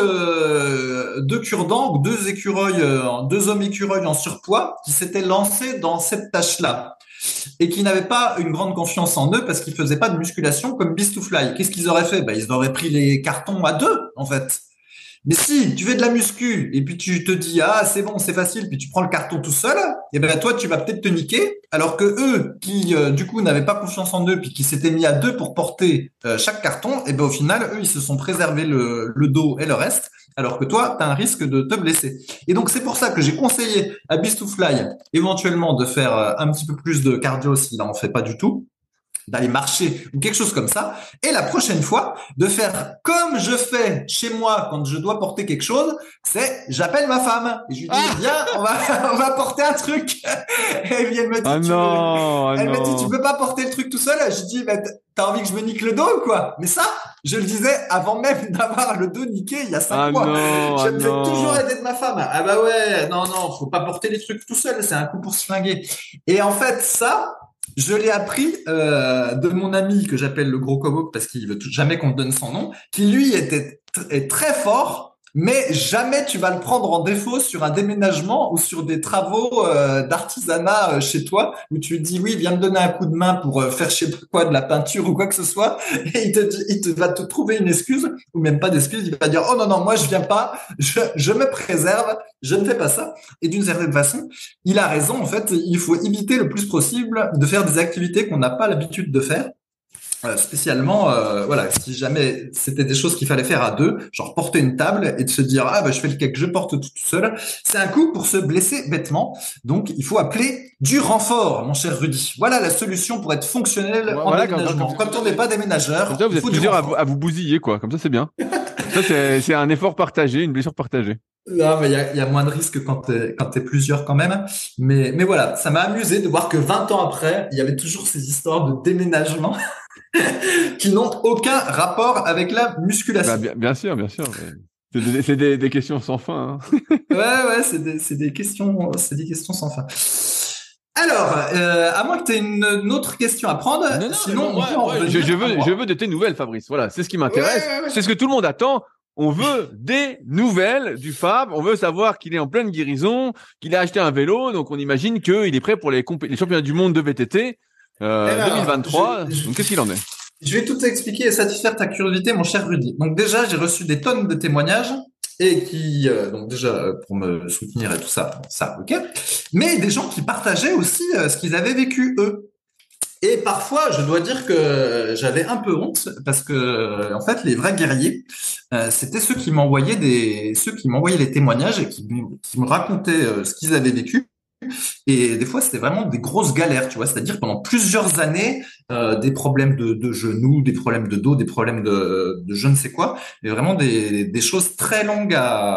deux cure-dents ou deux hommes écureuils en surpoids qui s'étaient lancés dans cette tâche-là et qui n'avaient pas une grande confiance en eux parce qu'ils faisaient pas de musculation comme Beast to Fly, qu'est-ce qu'ils auraient fait? Ils auraient pris les cartons à deux, en fait. Mais si tu fais de la muscu et puis tu te dis ah c'est bon c'est facile puis tu prends le carton tout seul et toi tu vas peut-être te niquer alors que eux qui du coup n'avaient pas confiance en eux puis qui s'étaient mis à deux pour porter chaque carton et au final eux ils se sont préservés le dos et le reste alors que toi tu as un risque de te blesser. Et donc c'est pour ça que j'ai conseillé à Beast to Fly éventuellement de faire un petit peu plus de cardio s'il en fait pas du tout, d'aller marcher ou quelque chose comme ça. Et la prochaine fois, de faire comme je fais chez moi quand je dois porter quelque chose, c'est j'appelle ma femme et je lui dis viens, on va porter un truc. Et puis elle me dit elle me dit tu peux pas porter le truc tout seul. Je dis t'as envie que je me nique le dos ou quoi? Mais ça, je le disais avant même d'avoir le dos niqué il y a 5 mois. Je me fais toujours aider de ma femme. Ah bah ouais, non, faut pas porter les trucs tout seul, c'est un coup pour se flinguer. Et en fait, ça, je l'ai appris de mon ami que j'appelle le gros coboc parce qu'il veut jamais qu'on me donne son nom, qui lui est très fort, mais jamais tu vas le prendre en défaut sur un déménagement ou sur des travaux d'artisanat chez toi où tu lui dis oui, viens me donner un coup de main pour faire je sais pas quoi de la peinture ou quoi que ce soit et il va te trouver une excuse ou même pas d'excuse, il va dire oh non moi je viens pas, je me préserve, je ne fais pas ça. Et d'une certaine façon il a raison, en fait, il faut éviter le plus possible de faire des activités qu'on n'a pas l'habitude de faire. Spécialement, voilà, si jamais c'était des choses qu'il fallait faire à deux, genre porter une table et de se dire je fais le cake, je porte tout seul, c'est un coup pour se blesser bêtement. Donc il faut appeler du renfort, mon cher Rudy. Voilà la solution pour être fonctionnel en déménagement. Quand on n'est pas déménageur, comme ça, vous êtes plusieurs à vous bousiller, quoi. Comme ça, c'est bien. Ça, c'est un effort partagé, une blessure partagée. Non, mais il y a moins de risques quand t'es plusieurs quand même. Mais voilà, ça m'a amusé de voir que 20 ans après, il y avait toujours ces histoires de déménagement qui n'ont aucun rapport avec la musculation. Bien sûr, bien sûr. C'est des questions sans fin. Hein. Ouais, c'est des questions sans fin. Alors, à moins que tu aies une autre question à prendre, Non, sinon mais on peut en revenir je veux de tes nouvelles, Fabrice. Voilà, c'est ce qui m'intéresse. Ouais. C'est ce que tout le monde attend. On veut des nouvelles du Fab. On veut savoir qu'il est en pleine guérison, qu'il a acheté un vélo. Donc, on imagine qu'il est prêt pour les championnats du monde de VTT 2023. Donc, qu'est-ce qu'il en est? Je vais tout expliquer et satisfaire ta curiosité, mon cher Rudy. Donc déjà, j'ai reçu des tonnes de témoignages et qui, donc déjà pour me soutenir et tout ça, ok. Mais des gens qui partageaient aussi ce qu'ils avaient vécu eux. Et parfois, je dois dire que j'avais un peu honte parce que en fait, les vrais guerriers, c'était ceux qui m'envoyaient les témoignages et qui me racontaient ce qu'ils avaient vécu. Et des fois, c'était vraiment des grosses galères, tu vois. C'est-à-dire pendant plusieurs années, des problèmes de genoux, des problèmes de dos, des problèmes de je ne sais quoi, et vraiment des choses très longues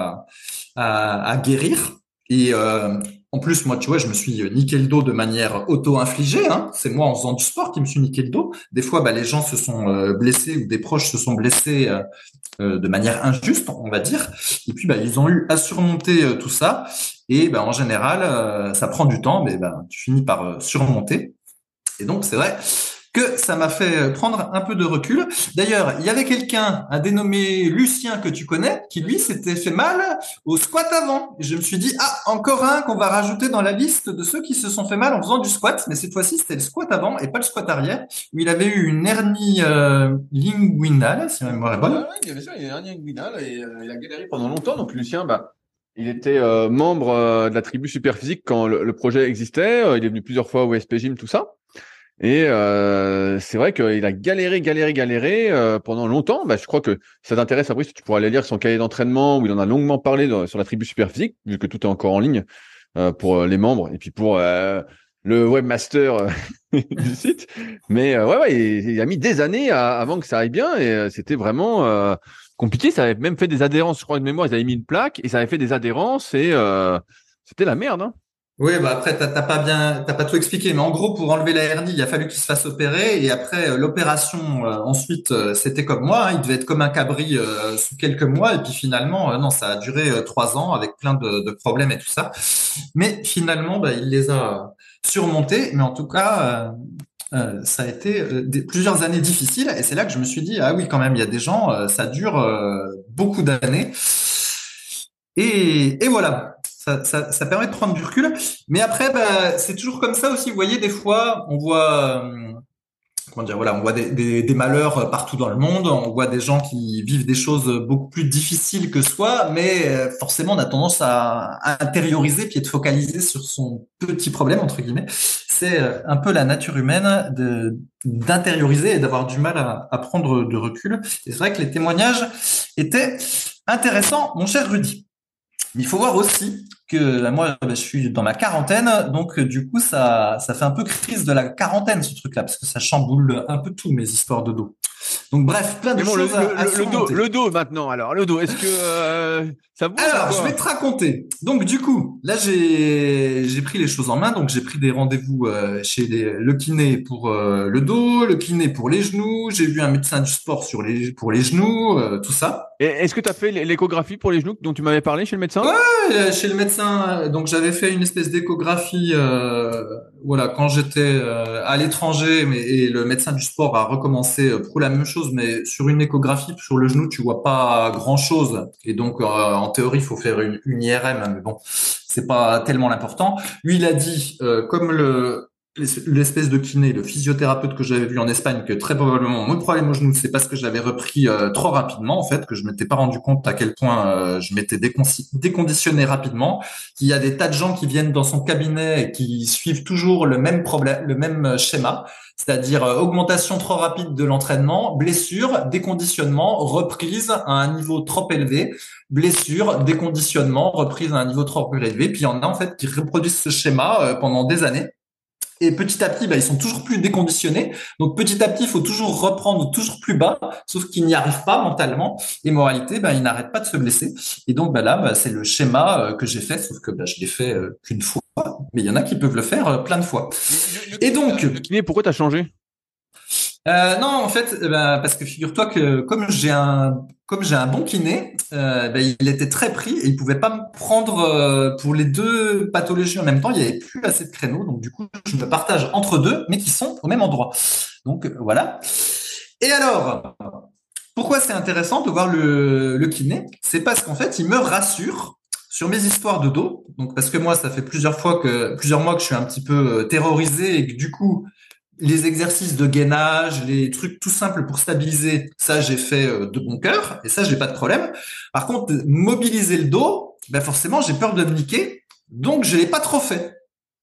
à guérir. Et en plus, moi, tu vois, je me suis niqué le dos de manière auto-infligée. Hein. C'est moi, en faisant du sport, qui me suis niqué le dos. Des fois, les gens se sont blessés ou des proches se sont blessés de manière injuste, on va dire. Et puis, ils ont eu à surmonter tout ça. Et en général, ça prend du temps, mais tu finis par surmonter. Et donc, c'est vrai que ça m'a fait prendre un peu de recul. D'ailleurs, il y avait quelqu'un, un dénommé Lucien que tu connais, qui lui s'était fait mal au squat avant. Et je me suis dit, encore un qu'on va rajouter dans la liste de ceux qui se sont fait mal en faisant du squat. Mais cette fois-ci, c'était le squat avant et pas le squat arrière, où il avait eu une hernie linguinale, si ma mémoire est bonne. Ouais, il y avait ça, il y a un inguinal et il a galéré pendant longtemps. Donc Lucien, il était membre de la tribu Superphysique quand le projet existait. Il est venu plusieurs fois au SP Gym, tout ça. Et c'est vrai qu'il a galéré pendant longtemps. Je crois que si ça t'intéresse, Fabrice, tu pourras aller lire son cahier d'entraînement où il en a longuement parlé sur la tribu Superphysique, vu que tout est encore en ligne pour les membres et puis pour le webmaster du site. Mais il a mis des années avant que ça aille bien et c'était vraiment compliqué. Ça avait même fait des adhérences, je crois de mémoire, ils avaient mis une plaque et ça avait fait des adhérences et c'était la merde, hein. Oui, après t'as pas tout expliqué, mais en gros pour enlever la hernie, il a fallu qu'il se fasse opérer et après l'opération ensuite c'était comme moi, hein, il devait être comme un cabri sous quelques mois et puis finalement non, ça a duré 3 ans avec plein de problèmes et tout ça, mais finalement il les a surmontés, mais en tout cas ça a été plusieurs années difficiles et c'est là que je me suis dit ah oui quand même il y a des gens ça dure beaucoup d'années et voilà. Ça permet de prendre du recul. Mais après, c'est toujours comme ça aussi. Vous voyez, des fois, on voit, comment dire, voilà, on voit des malheurs partout dans le monde. On voit des gens qui vivent des choses beaucoup plus difficiles que soi, mais forcément, on a tendance à intérioriser puis être focalisé sur son petit problème entre guillemets. C'est un peu la nature humaine d'intérioriser et d'avoir du mal à prendre de recul. Et c'est vrai que les témoignages étaient intéressants, mon cher Rudy. Mais il faut voir aussi que moi, je suis dans ma quarantaine, donc du coup, ça fait un peu crise de la quarantaine, ce truc-là, parce que ça chamboule un peu tout, mes histoires de dos. Donc bref, plein de Mais bon, choses à surmonter. le dos maintenant. Alors, le dos, est-ce que ça bouge ou Alors, je quoi? vais te raconter. Donc, du coup, là, j'ai pris les choses en main. Donc, j'ai pris des rendez-vous chez le kiné pour le dos, le kiné pour les genoux. J'ai vu un médecin du sport pour les genoux, tout ça. Et est-ce que tu as fait l'échographie pour les genoux dont tu m'avais parlé chez le médecin? Chez le médecin, donc j'avais fait une espèce d'échographie, voilà, quand j'étais à l'étranger, et le médecin du sport a recommencé pour la même chose, mais sur une échographie sur le genou, tu vois pas grand-chose, et donc en théorie, il faut faire une IRM, mais bon, c'est pas tellement l'important. Lui, il a dit, comme l'espèce de kiné, le physiothérapeute que j'avais vu en Espagne, que très probablement mon problème au genou, c'est parce que j'avais repris trop rapidement, en fait, que je m'étais pas rendu compte à quel point je m'étais déconditionné rapidement, qu'il y a des tas de gens qui viennent dans son cabinet et qui suivent toujours le même problème, le même schéma, c'est-à-dire augmentation trop rapide de l'entraînement, blessure, déconditionnement, reprise à un niveau trop élevé, blessure, déconditionnement, reprise à un niveau trop élevé, puis il y en a en fait qui reproduisent ce schéma pendant des années. Et petit à petit, ils sont toujours plus déconditionnés. Donc petit à petit, il faut toujours reprendre toujours plus bas, sauf qu'ils n'y arrivent pas mentalement. Et moralité, ils n'arrêtent pas de se blesser. Et donc là, c'est le schéma que j'ai fait, sauf que je l'ai fait qu'une fois. Mais il y en a qui peuvent le faire plein de fois. Et donc, Le kiné, pourquoi t'as changé? non, en fait, parce que figure-toi que comme j'ai un bon kiné, il était très pris et il pouvait pas me prendre pour les deux pathologies en même temps. Il y avait plus assez de créneaux, donc du coup, je me partage entre deux, mais qui sont au même endroit. Donc voilà. Et alors, pourquoi c'est intéressant de voir le kiné? C'est parce qu'en fait, il me rassure sur mes histoires de dos. Donc parce que moi, ça fait plusieurs mois que je suis un petit peu terrorisé et que du coup les exercices de gainage, les trucs tout simples pour stabiliser, ça j'ai fait de bon cœur et ça j'ai pas de problème. Par contre, mobiliser le dos, forcément j'ai peur de me niquer, donc je l'ai pas trop fait.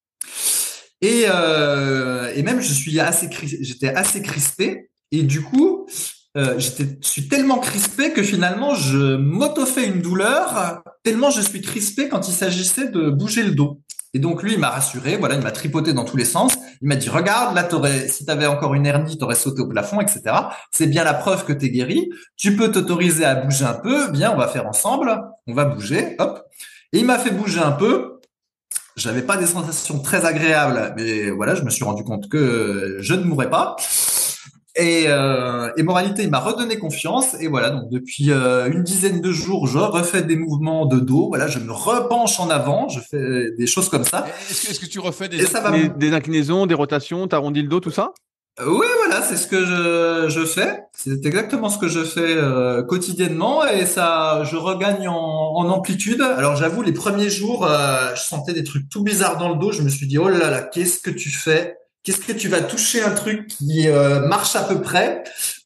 Et même j'étais assez crispé et du coup suis tellement crispé que finalement je m'auto-fais une douleur tellement je suis crispé quand il s'agissait de bouger le dos. Et donc lui, il m'a rassuré, voilà, il m'a tripoté dans tous les sens. Il m'a dit, regarde, là, si t'avais encore une hernie, t'aurais sauté au plafond, etc. C'est bien la preuve que t'es guéri. Tu peux t'autoriser à bouger un peu. Viens, on va faire ensemble. On va bouger. Hop. Et il m'a fait bouger un peu. J'avais pas des sensations très agréables, mais voilà, je me suis rendu compte que je ne mourrais pas. Et moralité, il m'a redonné confiance. Et voilà, donc depuis une dizaine de jours, je refais des mouvements de dos. Voilà, je me repenche en avant, je fais des choses comme ça. Est-ce que tu refais Et ça va. des inclinaisons, des rotations, t'arrondis le dos, tout ça? Oui, voilà, c'est ce que je fais. C'est exactement ce que je fais quotidiennement et ça, je regagne en amplitude. Alors j'avoue, les premiers jours, je sentais des trucs tout bizarres dans le dos. Je me suis dit, oh là là, qu'est-ce que tu fais? Qu'est-ce que tu vas toucher un truc qui marche à peu près?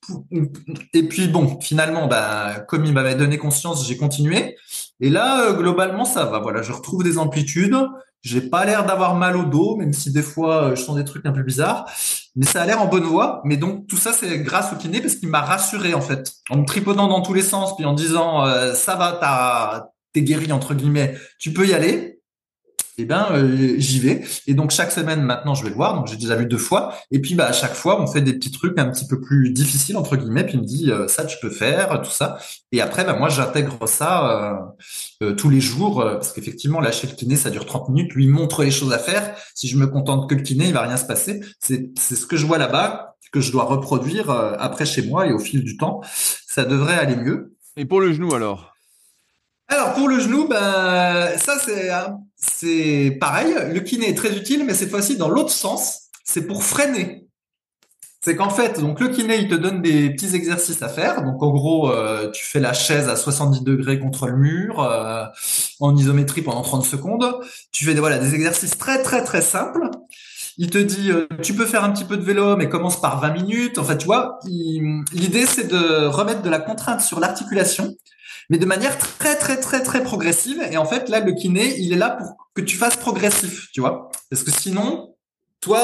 Et puis bon, finalement, bah, comme il m'avait donné conscience, j'ai continué. Et là, globalement, ça va. Voilà, je retrouve des amplitudes. J'ai pas l'air d'avoir mal au dos, même si des fois je sens des trucs un peu bizarres. Mais ça a l'air en bonne voie. Mais donc tout ça, c'est grâce au kiné parce qu'il m'a rassuré en fait, en me tripotant dans tous les sens, puis en disant ça va, t'es guéri entre guillemets, tu peux y aller. Eh ben, j'y vais. Et donc chaque semaine maintenant, je vais le voir. Donc j'ai déjà vu 2 fois. Et puis bah à chaque fois, on fait des petits trucs un petit peu plus difficiles entre guillemets. Puis il me dit ça, tu peux faire tout ça. Et après, bah moi, j'intègre ça tous les jours parce qu'effectivement, là chez le kiné, ça dure 30 minutes. Lui il montre les choses à faire. Si je me contente que le kiné, il va rien se passer. C'est ce que je vois là-bas que je dois reproduire après chez moi et au fil du temps, ça devrait aller mieux. Et pour le genou alors? Alors pour le genou, ben ça c'est pareil. Le kiné est très utile, mais cette fois-ci dans l'autre sens. C'est pour freiner. C'est qu'en fait, donc le kiné, il te donne des petits exercices à faire. Donc en gros, tu fais la chaise à 70 degrés contre le mur en isométrie pendant 30 secondes. Tu fais voilà des exercices très très très simples. Il te dit, tu peux faire un petit peu de vélo, mais commence par 20 minutes. En fait, tu vois, l'idée c'est de remettre de la contrainte sur l'articulation mais de manière très très très très progressive. Et en fait, là, le kiné, il est là pour que tu fasses progressif, tu vois. Parce que sinon, toi,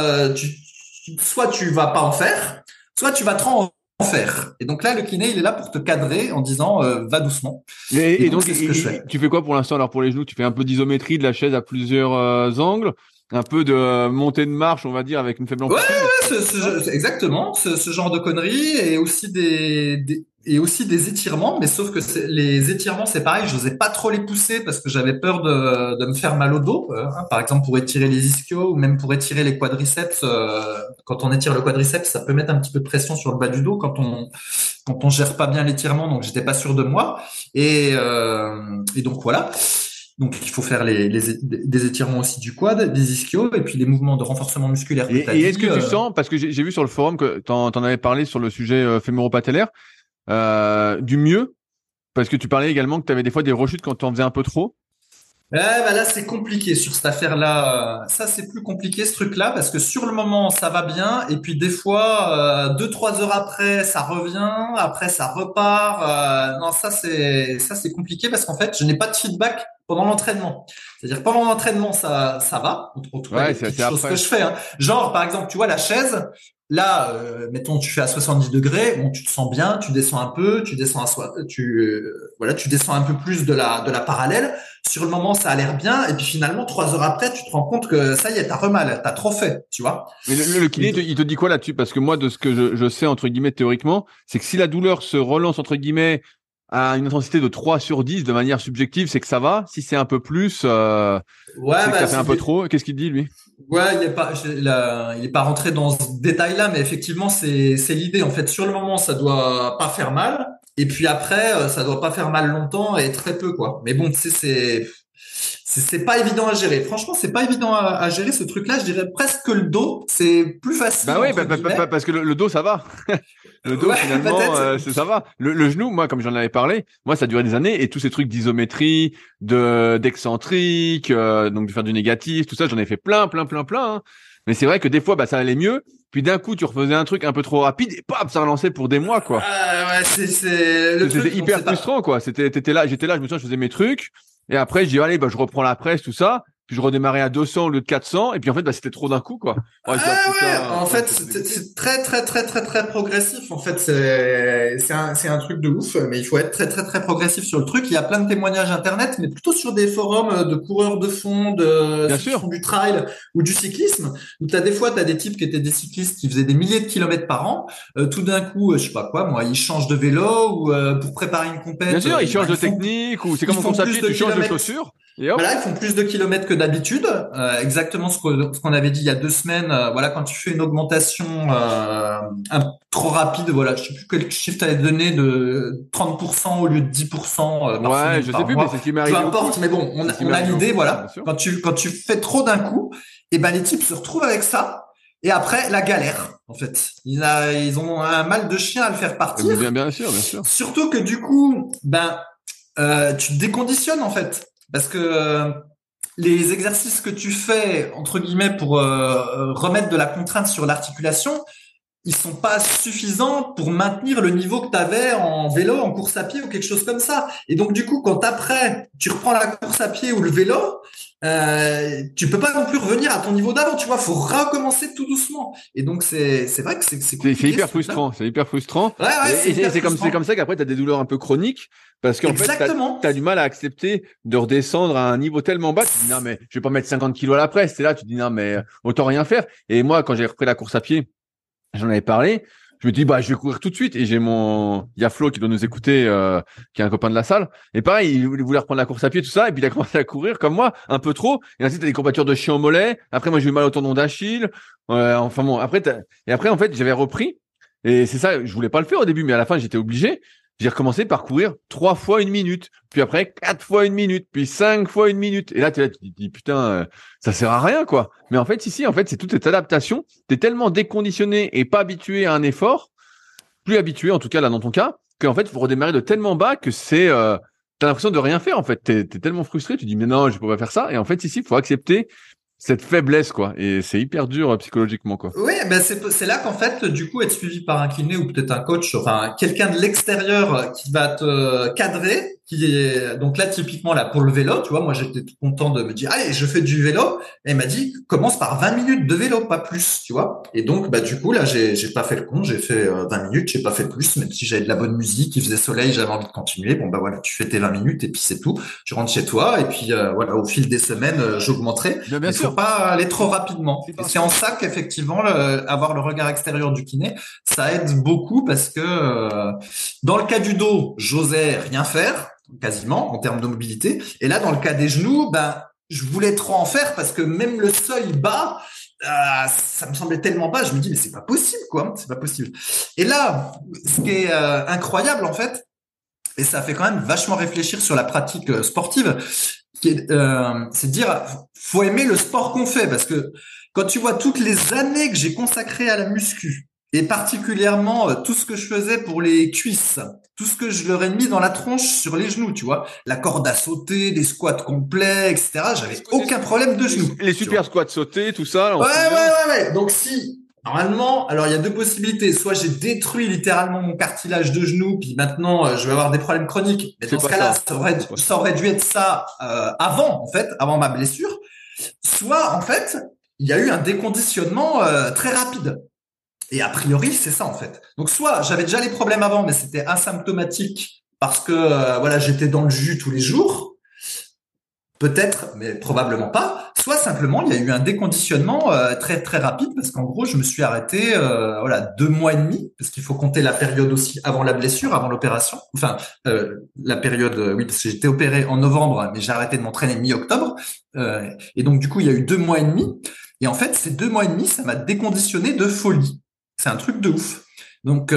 soit tu vas pas en faire, soit tu vas trop en faire. Et donc là, le kiné, il est là pour te cadrer en disant va doucement. Et Et donc donc, c'est ce que je fais. tu fais quoi pour l'instant alors pour les genoux? Tu fais un peu d'isométrie de la chaise à plusieurs angles, un peu de montée de marche, on va dire, avec une faible Ouais, amplitude. exactement, ce genre de conneries et aussi et aussi des étirements, mais sauf que les étirements, c'est pareil, je n'osais pas trop les pousser parce que j'avais peur de me faire mal au dos, hein. Par exemple, pour étirer les ischios ou même pour étirer les quadriceps, quand on étire le quadriceps, ça peut mettre un petit peu de pression sur le bas du dos quand on gère pas bien l'étirement, donc j'étais pas sûr de moi. Et donc voilà. Donc il faut faire des étirements aussi du quad, des ischios et puis les mouvements de renforcement musculaire que tu as Et est-ce dit. que tu sens, parce que j'ai vu sur le forum que t'en avais parlé sur le sujet fémoro-patellaire, du mieux, parce que tu parlais également que tu avais des fois des rechutes quand tu en faisais un peu trop. Ouais, bah là, c'est compliqué sur cette affaire-là. Ça, c'est plus compliqué, ce truc-là, parce que sur le moment, ça va bien, et puis des fois, 2, 3 heures après, ça revient, après, ça repart. Non, ça, c'est compliqué parce qu'en fait, je n'ai pas de feedback pendant l'entraînement. C'est-à-dire, pendant l'entraînement, ça va, en tout cas, Ouais, les petites c'est choses que après. je fais, hein. Genre, par exemple, tu vois, la chaise, là, mettons, tu fais à 70 degrés, bon, tu te sens bien, tu descends un peu, tu descends voilà, tu descends un peu plus de la parallèle. Sur le moment, ça a l'air bien, et puis finalement, 3 heures après, tu te rends compte que ça y est, t'as remal, t'as trop fait, tu vois. Mais le Et kiné, donc, il te dit quoi là-dessus? Parce que moi, de ce que je sais, entre guillemets, théoriquement, c'est que si la douleur se relance, entre guillemets, à une intensité de 3 sur 10 de manière subjective, c'est que ça va. Si c'est un peu plus, ouais, c'est que bah, ça fait un peu trop. Qu'est-ce qu'il dit, lui? ouais, il est pas rentré dans ce détail-là, mais effectivement, c'est l'idée. En fait, sur le moment, ça doit pas faire mal, et puis après, ça doit pas faire mal longtemps et très peu, quoi. Mais bon, tu sais, c'est pas évident à gérer. Franchement, c'est pas évident à gérer ce truc-là. Je dirais presque que le dos, c'est plus facile Bah oui, entre guillemets. parce que le dos, ça va. Le dos, Ouais, finalement, peut-être. ça va. Le genou, moi, comme j'en avais parlé, moi, ça a duré des années et tous ces trucs d'isométrie, d'excentrique, donc de faire du négatif, tout ça, j'en ai fait plein, hein. Mais c'est vrai que des fois, bah, ça allait mieux. Puis d'un coup, tu refaisais un truc un peu trop rapide et paf, ça relançait pour des mois, quoi. Ouais, c'est le C'était truc. Donc hyper c'est pas. frustrant, quoi. J'étais là, je me souviens, je faisais mes trucs. Et après, je dis, allez, bah, je reprends la presse, tout ça. Puis je redémarrais à 200 au lieu de 400. Et puis en fait, bah, c'était trop d'un coup, quoi. Ouais, je dis, ah, Ah ouais, putain, en ouais, fait, c'était dégoûté. c'est très très très très très progressif. En fait, c'est un truc de ouf, mais il faut être très très très progressif sur le truc. Il y a plein de témoignages internet, mais plutôt sur des forums de coureurs de fond, de Bien ceux qui font sûr. du trail ou du cyclisme. Où t'as des fois t'as des types qui étaient des cyclistes qui faisaient des milliers de kilomètres par an. Tout d'un coup, je sais pas quoi, moi, ils changent de vélo ou pour préparer une Bien compète, sûr, ils changent ils de font technique ou c'est ils comme en font course à plus pied, de tu changes de kilomètres. chaussures et hop. Voilà, ils font plus de kilomètres que d'habitude. Exactement ce qu'on avait dit il y a 2 semaines. Voilà, quand tu fais une augmentation trop rapide, voilà, je sais plus quel chiffre t'avais donné de 30% au lieu de 10% par Ouais, semaine ou je sais par plus, mais mois. c'est ce qui m'est Peu arrivé au importe, mais pouce. bon, C'est ce qui on m'est a arrivé au l'idée, pouce, bien voilà. sûr. Quand tu fais trop d'un coup, et ben les types se retrouvent avec ça. Et après, la galère, en fait. Ils ont un mal de chien à le faire partir. Bien sûr, bien sûr. Surtout que du coup, tu te déconditionnes, en fait. Parce que les exercices que tu fais, entre guillemets, pour remettre de la contrainte sur l'articulation, ils sont pas suffisants pour maintenir le niveau que tu avais en vélo, en course à pied ou quelque chose comme ça. Et donc, du coup, quand après, tu reprends la course à pied ou le vélo, tu peux pas non plus revenir à ton niveau d'avant, tu vois, faut recommencer tout doucement. Et donc, c'est vrai que c'est compliqué. C'est hyper frustrant, c'est hyper frustrant. Ouais, c'est hyper frustrant. C'est comme ça qu'après, tu as des douleurs un peu chroniques parce qu'en fait, tu as du mal à accepter de redescendre à un niveau tellement bas. Tu te dis, non, mais je vais pas mettre 50 kilos à la presse. Et là, tu te dis, non, mais autant rien faire. Et moi, quand j'ai repris la course à pied, j'en avais parlé. Je me dis, je vais courir tout de suite. Et il y a Flo qui doit nous écouter, qui est un copain de la salle. Et pareil, il voulait reprendre la course à pied, tout ça. Et puis, il a commencé à courir comme moi, un peu trop. Et ensuite, t'as des courbatures de chien au mollet. Après, moi, j'ai eu mal au tendon d'Achille. Enfin bon, après, en fait, j'avais repris. Et c'est ça, je voulais pas le faire au début, mais à la fin, j'étais obligé. J'ai recommencé par courir 3 fois 1 minute, puis après 4 fois 1 minute, puis 5 fois 1 minute. Et là, tu te dis, putain, ça sert à rien, quoi. Mais en fait, ici, c'est toute cette adaptation. T'es tellement déconditionné et pas habitué à un effort, plus habitué, en tout cas, là, dans ton cas, qu'en fait, il faut redémarrer de tellement bas que t'as l'impression de rien faire, en fait. T'es tellement frustré, tu dis, mais non, je peux pas faire ça. Et en fait, ici, il faut accepter cette faiblesse, quoi. Et c'est hyper dur psychologiquement, quoi. Oui, c'est là qu'en fait, du coup, être suivi par un kiné ou peut-être un coach, enfin quelqu'un de l'extérieur qui va te cadrer, donc là typiquement là pour le vélo, tu vois, moi j'étais tout content de me dire allez, je fais du vélo, et il m'a dit commence par 20 minutes de vélo, pas plus, tu vois. Et donc du coup là j'ai pas fait le con, j'ai fait 20 minutes, j'ai pas fait plus, même si j'avais de la bonne musique, il faisait soleil, j'avais envie de continuer. Bon voilà, tu fais tes 20 minutes et puis c'est tout. Tu rentres chez toi et puis voilà, au fil des semaines, j'augmenterai. Bien Il faut sûr. pas aller trop rapidement. Et c'est en ça qu'effectivement, avoir le regard extérieur du kiné, ça aide beaucoup parce que dans le cas du dos, j'osais rien faire, quasiment, en termes de mobilité. Et là, dans le cas des genoux, je voulais trop en faire parce que même le seuil bas, ça me semblait tellement bas. Je me dis, mais c'est pas possible, quoi. C'est pas possible. Et là, ce qui est incroyable, en fait, et ça fait quand même vachement réfléchir sur la pratique sportive, c'est de dire faut aimer le sport qu'on fait parce que quand tu vois toutes les années que j'ai consacrées à la muscu et particulièrement tout ce que je faisais pour les cuisses, tout ce que je leur ai mis dans la tronche sur les genoux, tu vois, la corde à sauter, les squats complets, etc. J'avais aucun problème de genoux. Les super squats sautés, tout ça. Ouais. Donc normalement, alors il y a deux possibilités. Soit j'ai détruit littéralement mon cartilage de genou, puis maintenant je vais avoir des problèmes chroniques. Mais dans ce cas-là, ça aurait dû être ça avant, en fait, avant ma blessure. Soit en fait, il y a eu un déconditionnement très rapide. Et a priori, c'est ça en fait. Donc soit j'avais déjà les problèmes avant, mais c'était asymptomatique parce que voilà, j'étais dans le jus tous les jours. Peut-être, mais probablement pas. Soit simplement, il y a eu un déconditionnement très très rapide parce qu'en gros, je me suis arrêté 2 mois et demi parce qu'il faut compter la période aussi avant la blessure, avant l'opération. Enfin, la période, oui, parce que j'étais opéré en novembre, mais j'ai arrêté de m'entraîner mi-octobre. Et donc du coup, il y a eu 2 mois et demi. Et en fait, ces 2 mois et demi, ça m'a déconditionné de folie. C'est un truc de ouf. Donc,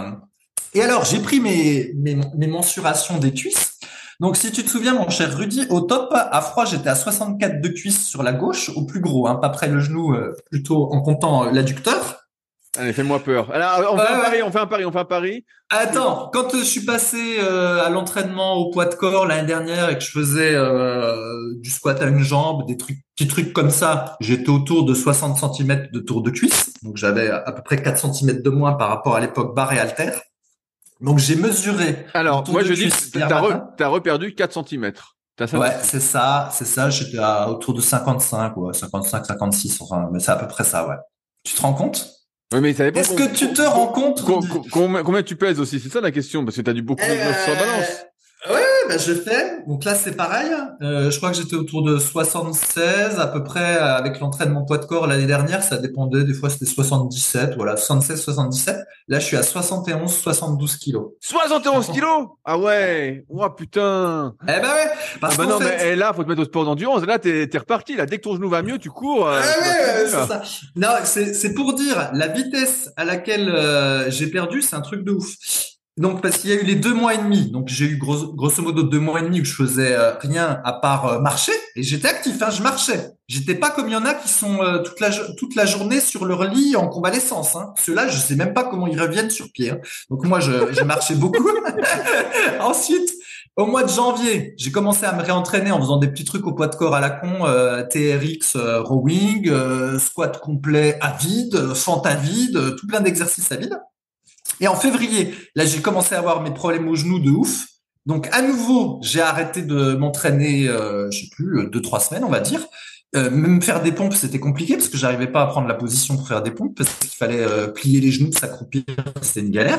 et alors, j'ai pris mes mensurations des cuisses. Donc, si tu te souviens, mon cher Rudy, au top, à froid, j'étais à 64 de cuisse sur la gauche, au plus gros, pas près le genou, plutôt en comptant l'adducteur. Allez, fais-moi peur. Alors, on fait un pari. Attends, quand je suis passé à l'entraînement au poids de corps l'année dernière et que je faisais du squat à une jambe, petits trucs comme ça, j'étais autour de 60 cm de tour de cuisse. Donc, j'avais à peu près 4 cm de moins par rapport à l'époque barre et haltère. Donc, j'ai mesuré. Alors, moi, je dis que t'as reperdu 4 cm. Ouais, c'est ça. J'étais autour de 55, 56, enfin, mais c'est à peu près ça, ouais. Tu te rends compte? Oui, mais ça dépend. Est-ce que tu te rends compte? Combien tu pèses aussi? C'est ça la question, parce que t'as dû beaucoup de graisse sur la balance. Ouais, je fais. Donc là, c'est pareil. Je crois que j'étais autour de 76 à peu près avec l'entraînement poids de corps l'année dernière. Ça dépendait. Des fois, c'était 77. Voilà, 76, 77. Là, je suis à 71, 72 kilos. 71 kilos? Ah ouais. Oh putain. Eh ben ouais. Parce non, mais là, faut te mettre au sport d'endurance. Là, t'es reparti. Là, dès que ton genou va mieux, tu cours. Ouais, c'est ça. Non, c'est pour dire la vitesse à laquelle j'ai perdu, c'est un truc de ouf. Donc, parce qu'il y a eu les 2 mois et demi. Donc, j'ai eu grosso modo 2 mois et demi où je faisais rien à part marcher. Et j'étais actif, hein, je marchais. J'étais pas comme il y en a qui sont toute la journée sur leur lit en convalescence. Hein. Ceux-là, je sais même pas comment ils reviennent sur pied. Hein. Donc, moi, j'ai marché beaucoup. Ensuite, au mois de janvier, j'ai commencé à me réentraîner en faisant des petits trucs au poids de corps à la con, TRX, rowing, squat complet à vide, fente à vide, tout plein d'exercices à vide. Et en février, là, j'ai commencé à avoir mes problèmes au genou de ouf. Donc, à nouveau, j'ai arrêté de m'entraîner, je sais plus, 2, 3 semaines, on va dire. Même faire des pompes, c'était compliqué parce que j'arrivais pas à prendre la position pour faire des pompes parce qu'il fallait plier les genoux, s'accroupir, c'était une galère.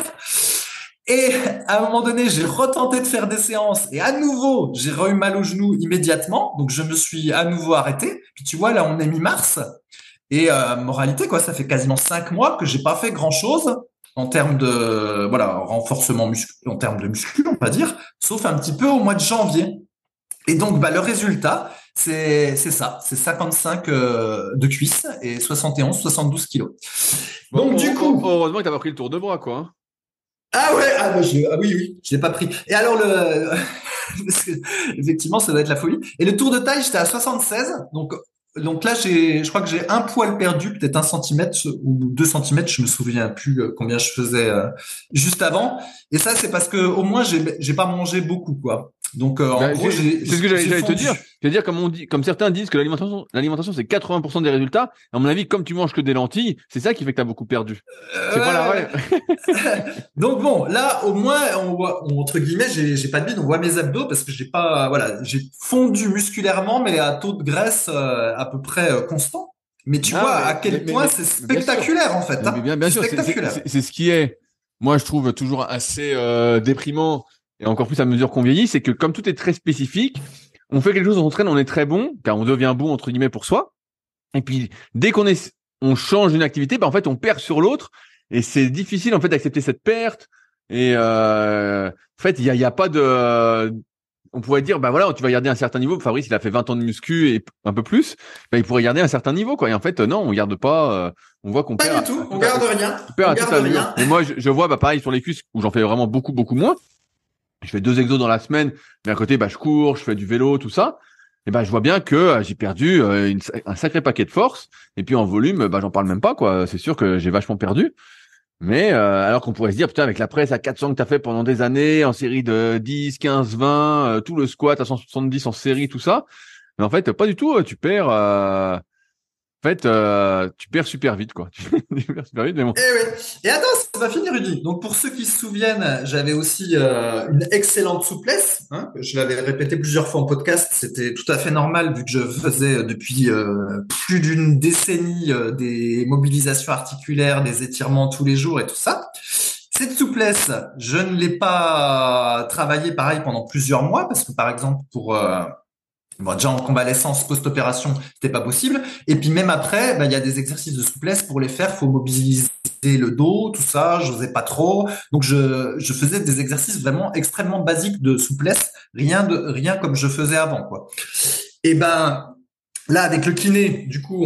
Et à un moment donné, j'ai retenté de faire des séances et à nouveau, j'ai eu mal au genou immédiatement. Donc, je me suis à nouveau arrêté. Puis tu vois, là, on est mi-mars. Et moralité, quoi, ça fait quasiment 5 mois que j'ai pas fait grand-chose en termes de renforcement en termes de muscu, on va dire, sauf un petit peu au mois de janvier. Et donc, le résultat, c'est ça, c'est 55 de cuisses et 71, 72 kilos. Bon, Donc du coup, heureusement que t'as pas pris le tour de bras, quoi. Hein. ah ouais, oui, oui, je l'ai pas pris. Et alors parce que, effectivement, ça doit être la folie. Et le tour de taille, j'étais à 76, donc là, je crois que j'ai un poil perdu, peut-être 1 centimètre ou 2 centimètres, je me souviens plus combien je faisais juste avant. Et ça, c'est parce que au moins j'ai pas mangé beaucoup, quoi. Donc en Bah, gros, c'est ce que j'allais te fondu. dire. C'est-à-dire, comme certains disent que l'alimentation c'est 80% des résultats. À mon avis, comme tu manges que des lentilles, c'est ça qui fait que t'as beaucoup perdu. C'est pas la Ouais, vraie. Donc bon, là au moins on voit entre guillemets, j'ai pas de bide, on voit mes abdos parce que j'ai fondu musculairement mais à taux de graisse à peu près constant. Mais tu Ah, vois à quel point c'est mais bien sûr. spectaculaire en fait, Mais hein. bien C'est sûr, spectaculaire. c'est ce qui est, moi, je trouve toujours assez déprimant et encore plus à mesure qu'on vieillit, c'est que comme tout est très spécifique, on fait quelque chose, on s'entraîne, on est très bon, car on devient bon entre guillemets pour soi. Et puis dès on change une activité, bah en fait on perd sur l'autre et c'est difficile en fait d'accepter cette perte. Et en fait il y a pas de, on pourrait dire bah voilà tu vas garder un certain niveau. Fabrice il a fait 20 ans de muscu et un peu plus, bah il pourrait garder un certain niveau quoi. Et en fait non on garde pas, on voit qu'on Pas perd du tout, à on toute, garde rien, on perd on à toute garde allure. rien. Et moi je vois bah pareil sur les cuisses où j'en fais vraiment beaucoup moins. Je fais 2 exos dans la semaine, mais à côté bah je cours, je fais du vélo tout ça. Et ben je vois bien que j'ai perdu un sacré paquet de force et puis en volume bah j'en parle même pas quoi, c'est sûr que j'ai vachement perdu mais alors qu'on pourrait se dire putain avec la presse à 400 que t'as fait pendant des années en série de 10 15 20 tout le squat à 170 en série tout ça mais en fait pas du tout, tu perds tu perds super vite quoi. Tu perds super vite mais bon. Eh oui. Et attends, c'est pas fini, Rudy. Donc, pour ceux qui se souviennent, j'avais aussi une excellente souplesse. Hein, je l'avais répété plusieurs fois en podcast. C'était tout à fait normal vu que je faisais depuis plus d'une décennie des mobilisations articulaires, des étirements tous les jours et tout ça. Cette souplesse, je ne l'ai pas travaillée pareil pendant plusieurs mois parce que, par exemple, pour bon, déjà en convalescence post-opération, c'était pas possible. Et puis même après, il y a des exercices de souplesse pour les faire, faut mobiliser le dos, tout ça. J'osais pas trop, donc je faisais des exercices vraiment extrêmement basiques de souplesse, rien comme je faisais avant, quoi. Et ben là, avec le kiné, du coup,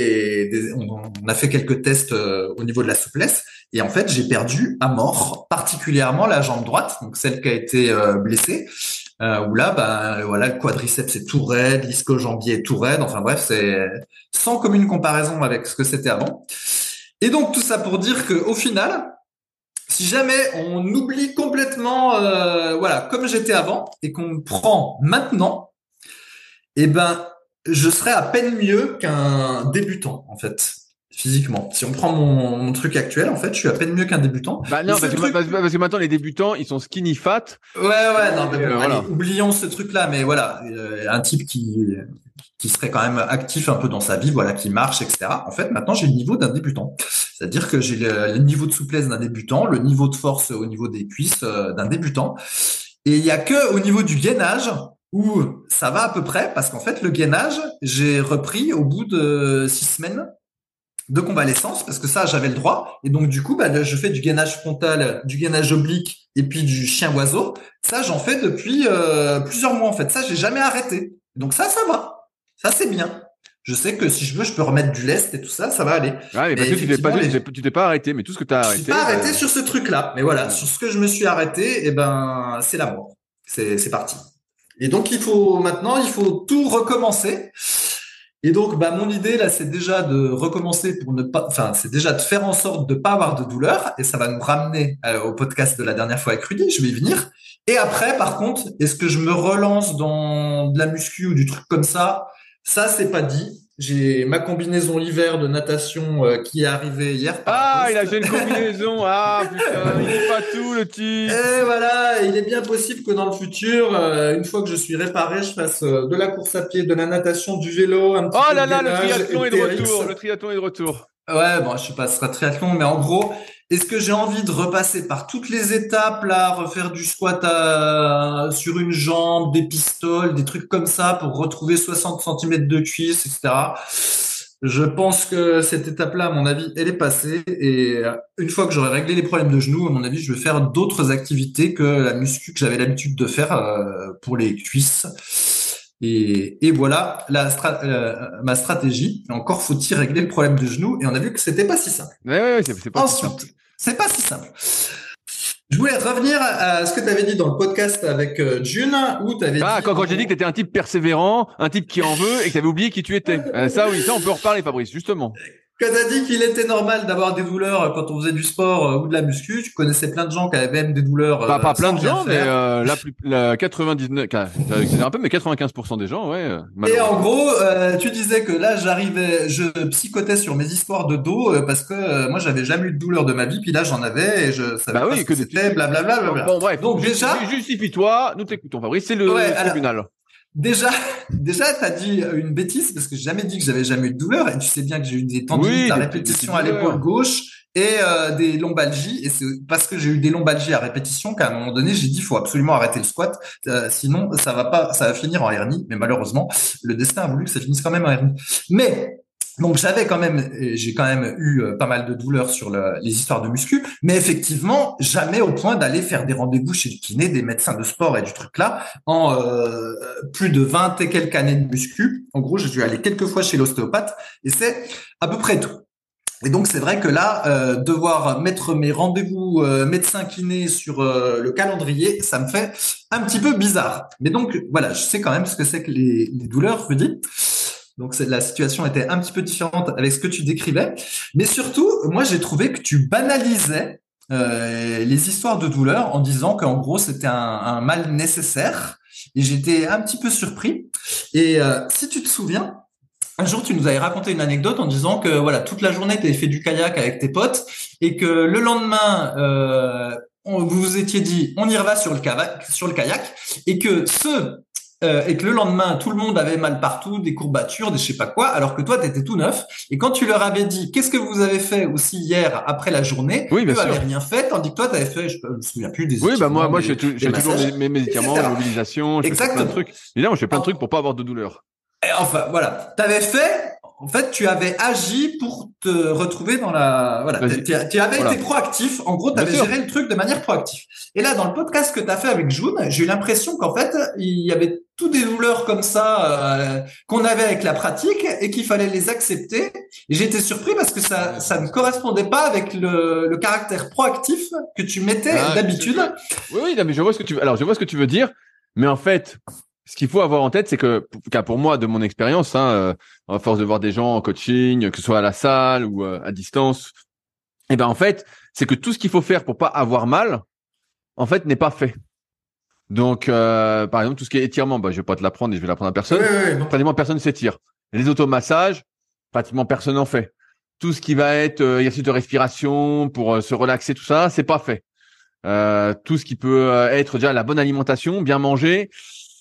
on a fait quelques tests au niveau de la souplesse. Et en fait, j'ai perdu à mort, particulièrement la jambe droite, donc celle qui a été blessée. Où là, voilà, le quadriceps est tout raide, l'ischio-jambier est tout raide. Enfin bref, c'est sans commune comparaison avec ce que c'était avant. Et donc tout ça pour dire que au final, si jamais on oublie complètement, voilà, comme j'étais avant et qu'on prend maintenant, eh ben, je serais à peine mieux qu'un débutant en fait, physiquement. Si on prend mon truc actuel, en fait, je suis à peine mieux qu'un débutant. Bah Et non ce truc, parce que maintenant les débutants ils sont skinny fat ouais, non, mais et bon, allez, voilà. oublions ce truc-là. Mais voilà, un type qui serait quand même actif un peu dans sa vie, voilà, qui marche, etc. En fait, maintenant, j'ai le niveau d'un débutant. C'est-à-dire que j'ai le niveau de souplesse d'un débutant, le niveau de force au niveau des cuisses d'un débutant. Et il y a que au niveau du gainage où ça va à peu près, parce qu'en fait, le gainage, j'ai repris au bout de 6 semaines de convalescence, parce que ça, j'avais le droit. Et donc, du coup, je fais du gainage frontal, du gainage oblique et puis du chien oiseau. Ça, j'en fais depuis plusieurs mois, en fait. Ça, j'ai jamais arrêté. Donc ça va. Ça, c'est bien. je sais que si je veux, je peux remettre du lest et tout ça, ça va aller. Ouais, mais parce que tu t'es pas arrêté, mais tout ce que tu as Je suis arrêté. pas arrêté sur ce truc-là, mais voilà, sur ce que je me suis arrêté, eh ben, c'est la mort. C'est parti. Et donc, il faut tout recommencer. Et donc, bah, mon idée, là, c'est déjà de recommencer pour ne pas, enfin, c'est déjà de faire en sorte de pas avoir de douleur. Et ça va nous ramener au podcast de la dernière fois avec Rudy. Je vais y venir. Et après, par contre, est-ce que je me relance dans de la muscu ou du truc comme ça? Ça, c'est pas dit. J'ai ma combinaison hiver de natation qui est arrivée hier par Ah, il poste. a fait une combinaison. Ah, putain, il est pas tout, le type. Et voilà, il est bien possible que dans le futur, une fois que je suis réparé, je fasse de la course à pied, de la natation, du vélo, un petit Oh peu là de là, le gainage et triathlon de est de TRX. retour. Le triathlon est de retour. Ouais, bon, je sais pas, ce sera triathlon, mais en gros, est-ce que j'ai envie de repasser par toutes les étapes, là, refaire du squat sur une jambe, des pistoles, des trucs comme ça pour retrouver 60 centimètres de cuisse, etc. Je pense que cette étape-là, à mon avis, elle est passée. Et une fois que j'aurai réglé les problèmes de genoux, à mon avis, je vais faire d'autres activités que la muscu que j'avais l'habitude de faire pour les cuisses. Et voilà ma stratégie. Encore faut-il régler le problème de genoux. Et on a vu que c'était pas si simple. Ouais, c'est pas si simple. Ensuite, c'est pas si simple. Je voulais revenir à ce que tu avais dit dans le podcast avec June, où tu avais dit... Quand j'ai dit que t'étais un type persévérant, un type qui en veut et que t'avais oublié qui tu étais. Ça, oui, ça, on peut en reparler, Fabrice, justement. Quand t'as dit qu'il était normal d'avoir des douleurs quand on faisait du sport ou de la muscu, tu connaissais plein de gens qui avaient même des douleurs Pas plein sans de rien gens, mais faire. la 99, j'exagère un peu, mais 95% des gens, ouais, Et malheureusement. en gros, tu disais que là, je psychotais sur mes histoires de dos parce que moi, j'avais jamais eu de douleur de ma vie, puis là, j'en avais et je savais Bah pas oui, ce que que des petits c'était, trucs. blablabla, Bon, blablabla. bon, bref, Donc déjà, justifie-toi, nous t'écoutons, Fabrice, c'est ouais, le alors, tribunal. déjà, déjà, t'as dit une bêtise parce que j'ai jamais dit que j'avais jamais eu de douleur et tu sais bien que j'ai eu des tendinites Oui, à des petites répétition à l'épaule douleurs. gauche et des lombalgies et c'est parce que j'ai eu des lombalgies à répétition qu'à un moment donné j'ai dit il faut absolument arrêter le squat sinon ça va finir en hernie mais malheureusement le destin a voulu que ça finisse quand même en hernie. Mais donc j'ai quand même eu pas mal de douleurs sur les histoires de muscu, mais effectivement jamais au point d'aller faire des rendez-vous chez le kiné, des médecins de sport et du truc là en plus de 20 et quelques années de muscu. En gros, j'ai dû aller quelques fois chez l'ostéopathe et c'est à peu près tout. Et donc c'est vrai que là, devoir mettre mes rendez-vous médecin kiné sur le calendrier, ça me fait un petit peu bizarre. Mais donc voilà, je sais quand même ce que c'est que les douleurs, Rudy. Donc la situation était un petit peu différente avec ce que tu décrivais. Mais surtout, moi j'ai trouvé que tu banalisais les histoires de douleur en disant qu'en gros c'était un mal nécessaire. Et j'étais un petit peu surpris. Et si tu te souviens, un jour, tu nous avais raconté une anecdote en disant que voilà, toute la journée, tu avais fait du kayak avec tes potes et que le lendemain, vous vous étiez dit, on y va sur le kayak, et que et que le lendemain, tout le monde avait mal partout, des courbatures, des je sais pas quoi, alors que toi, tu étais tout neuf. Et quand tu leur avais dit, qu'est-ce que vous avez fait aussi hier après la journée, Oui, bien eux avaient sûr. rien fait, tandis que toi, tu avais fait, je me souviens plus, des Oui, bah étirements, moi, je des fais toujours massages, mes médicaments, mes etc. mobilisations, je fais plein de Exactement. trucs. Évidemment, je fais plein de trucs pour pas avoir de douleur. Et enfin, voilà. En fait, tu avais agi pour te retrouver dans voilà. Vas-y. Tu avais Voilà. été proactif. En gros, tu Bien avais sûr. géré le truc de manière proactive. Et là, dans le podcast que tu as fait avec June, j'ai eu l'impression qu'en fait, il y avait toutes des douleurs comme ça, qu'on avait avec la pratique et qu'il fallait les accepter. Et j'ai été surpris parce que ça ne correspondait pas avec le caractère proactif que tu mettais d'habitude. Oui, non, mais je vois ce que tu veux. Alors, je vois ce que tu veux dire, mais en fait, ce qu'il faut avoir en tête, c'est que, car pour moi, de mon expérience, à force de voir des gens en coaching, que ce soit à la salle ou à distance, et ben en fait, c'est que tout ce qu'il faut faire pour pas avoir mal, en fait, n'est pas fait. Donc, par exemple, tout ce qui est étirement, bah, je vais pas te l'apprendre et je vais l'apprendre à personne. Non. Pratiquement personne s'étire. Les automassages, pratiquement personne n'en fait. Tout ce qui va être exercice de respiration pour se relaxer, tout ça, c'est pas fait. Tout ce qui peut être déjà la bonne alimentation, bien manger,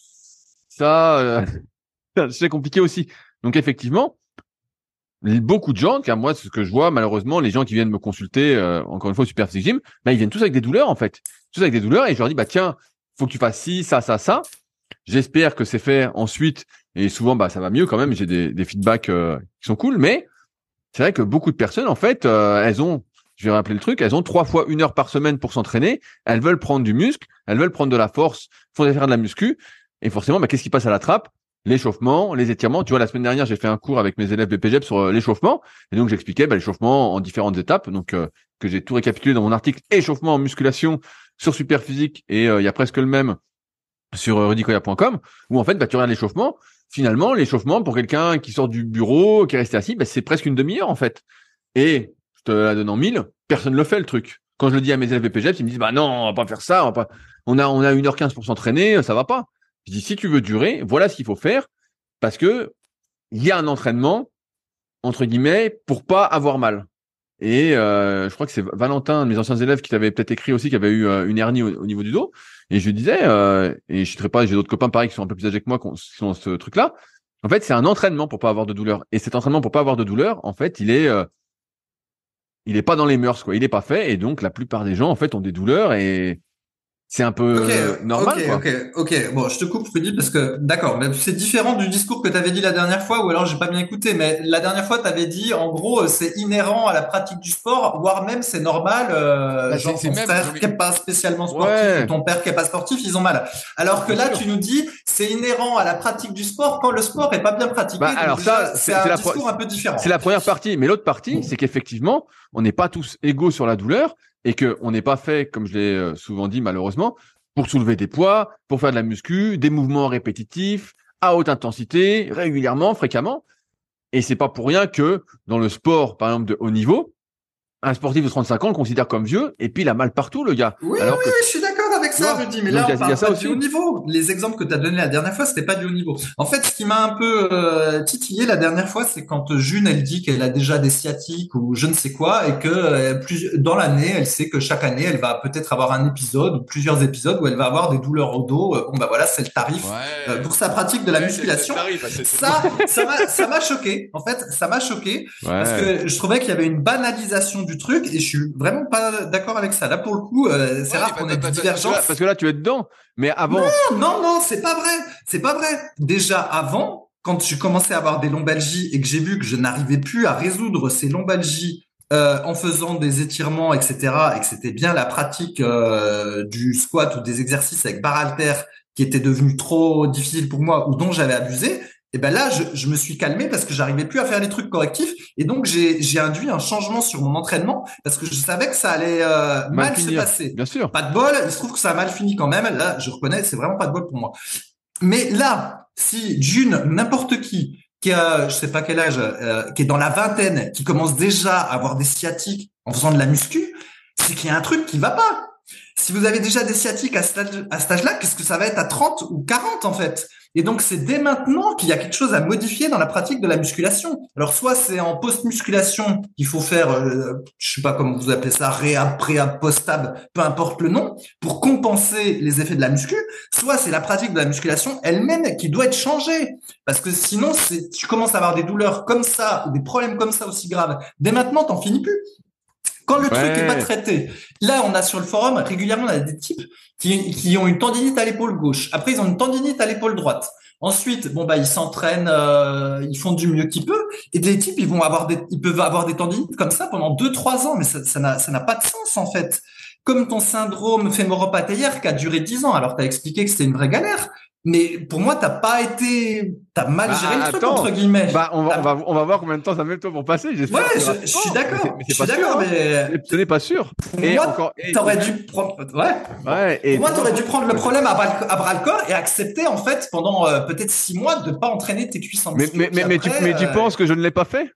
ça, c'est compliqué aussi. Donc effectivement, beaucoup de gens, car moi, c'est ce que je vois, malheureusement, les gens qui viennent me consulter, encore une fois, au Super Physique Gym, bah, ils viennent tous avec des douleurs, en fait. Tous avec des douleurs, et je leur dis, bah, tiens, faut que tu fasses ci, ça, ça, ça. J'espère que c'est fait ensuite, et souvent, bah, ça va mieux quand même, j'ai des feedbacks qui sont cool, mais c'est vrai que beaucoup de personnes, en fait, je vais rappeler le truc, elles ont 3 fois 1 heure par semaine pour s'entraîner, elles veulent prendre du muscle, elles veulent prendre de la force, font faire de la muscu, et forcément, bah, qu'est-ce qui passe à la trappe? l'échauffement, les étirements. Tu vois, la semaine dernière, j'ai fait un cours avec mes élèves BPGEP sur l'échauffement. Et donc, j'expliquais l'échauffement en différentes étapes. Donc, que j'ai tout récapitulé dans mon article échauffement en musculation sur Superphysique. Et il y a presque le même sur rudicoya.com, où en fait, tu regardes l'échauffement. Finalement, l'échauffement pour quelqu'un qui sort du bureau, qui est resté assis, c'est presque une demi-heure en fait. Et je te la donne en 1000, personne ne le fait le truc. Quand je le dis à mes élèves BPGEP, ils me disent non, on va pas faire ça, on a 1h15 pour s'entraîner, ça va pas. Je dis si tu veux durer, voilà ce qu'il faut faire, parce que il y a un entraînement entre guillemets pour pas avoir mal. Et je crois que c'est Valentin, un de mes anciens élèves, qui t'avait peut-être écrit aussi, qui avait eu une hernie au niveau du dos. Et je lui disais, et je citerai pas, j'ai d'autres copains pareil qui sont un peu plus âgés que moi, qui sont dans ce truc-là. En fait, c'est un entraînement pour pas avoir de douleur. Et cet entraînement pour pas avoir de douleur, en fait, il est pas dans les mœurs, quoi. Il est pas fait. Et donc, la plupart des gens, en fait, ont des douleurs et c'est un peu normal, quoi. Ok. Bon, je te coupe, Rudy, parce que, d'accord, mais c'est différent du discours que tu avais dit la dernière fois, ou alors j'ai pas bien écouté, mais la dernière fois, tu avais dit, en gros, c'est inhérent à la pratique du sport, voire même c'est normal, genre ton frère qui est pas spécialement sportif, ou ton père qui est pas sportif, ils ont mal. Alors que là, tu nous dis, c'est inhérent à la pratique du sport quand le sport est pas bien pratiqué. Alors déjà, ça, c'est un discours un peu différent. C'est la première partie, mais l'autre partie, c'est qu'effectivement, on n'est pas tous égaux sur la douleur. Et que on n'est pas fait, comme je l'ai souvent dit malheureusement, pour soulever des poids, pour faire de la muscu, des mouvements répétitifs, à haute intensité, régulièrement, fréquemment. Et c'est pas pour rien que dans le sport, par exemple, de haut niveau, un sportif de 35 ans le considère comme vieux, et puis il a mal partout, le gars. Oui, je suis d'accord avec ça, Rudy, mais là, on parle pas du haut niveau. Les exemples que tu as donnés la dernière fois, c'était pas du haut niveau. En fait, ce qui m'a un peu titillé la dernière fois, c'est quand June, elle dit qu'elle a déjà des sciatiques ou je ne sais quoi, et que dans l'année, elle sait que chaque année, elle va peut-être avoir un épisode ou plusieurs épides où elle va avoir des douleurs au dos. Bon, bah voilà, c'est le tarif pour sa pratique de la musculation. Ça m'a choqué. En fait, ça m'a choqué parce que je trouvais qu'il y avait une banalisation du truc et je suis vraiment pas d'accord avec ça. Là, pour le coup, c'est rare qu'on ait des divergences. Parce que là, tu es dedans. Mais avant. Non, c'est pas vrai. C'est pas vrai. Déjà avant, quand je commençais à avoir des lombalgies et que j'ai vu que je n'arrivais plus à résoudre ces lombalgies en faisant des étirements, etc., et que c'était bien la pratique du squat ou des exercices avec barre haltère qui était devenu trop difficile pour moi ou dont j'avais abusé, et ben là, je me suis calmé parce que j'arrivais plus à faire les trucs correctifs. Et donc, j'ai induit un changement sur mon entraînement parce que je savais que ça allait mal se passer. Bien sûr. Pas de bol. Il se trouve que ça a mal fini quand même. Là, je reconnais, c'est vraiment pas de bol pour moi. Mais là, si June, n'importe qui a, je sais pas quel âge, qui est dans la vingtaine, qui commence déjà à avoir des sciatiques en faisant de la muscu, c'est qu'il y a un truc qui va pas. Si vous avez déjà des sciatiques à cet âge-là, qu'est-ce que ça va être à 30 ou 40 en fait? Et donc, c'est dès maintenant qu'il y a quelque chose à modifier dans la pratique de la musculation. Alors, soit c'est en post-musculation qu'il faut faire, je sais pas comment vous appelez ça, réhab, préhab, post-ab, peu importe le nom, pour compenser les effets de la muscu. Soit c'est la pratique de la musculation elle-même qui doit être changée. Parce que sinon, tu commences à avoir des douleurs comme ça, ou des problèmes comme ça aussi graves. Dès maintenant, t'en finis plus. Quand le truc est pas traité, là, on a sur le forum, régulièrement, on a des types qui ont une tendinite à l'épaule gauche. Après, ils ont une tendinite à l'épaule droite. Ensuite, ils s'entraînent, ils font du mieux qu'ils peuvent. Et des types, ils peuvent avoir des tendinites comme ça pendant 2-3 ans. Mais ça n'a pas de sens, en fait. Comme ton syndrome fémoro-patellaire qui a duré 10 ans. Alors, t'as expliqué que c'était une vraie galère. Mais pour moi, t'as mal géré le truc, entre guillemets. On va voir combien de temps ça met toi pour passer. Ouais, je suis d'accord. Mais c'est pas sûr, mais ce n'est pas sûr. T'aurais dû prendre, pour moi, t'aurais dû prendre le problème à bras le corps et accepter, en fait, pendant peut-être 6 mois de pas entraîner tes cuisses en muscu. Mais tu penses que je ne l'ai pas fait?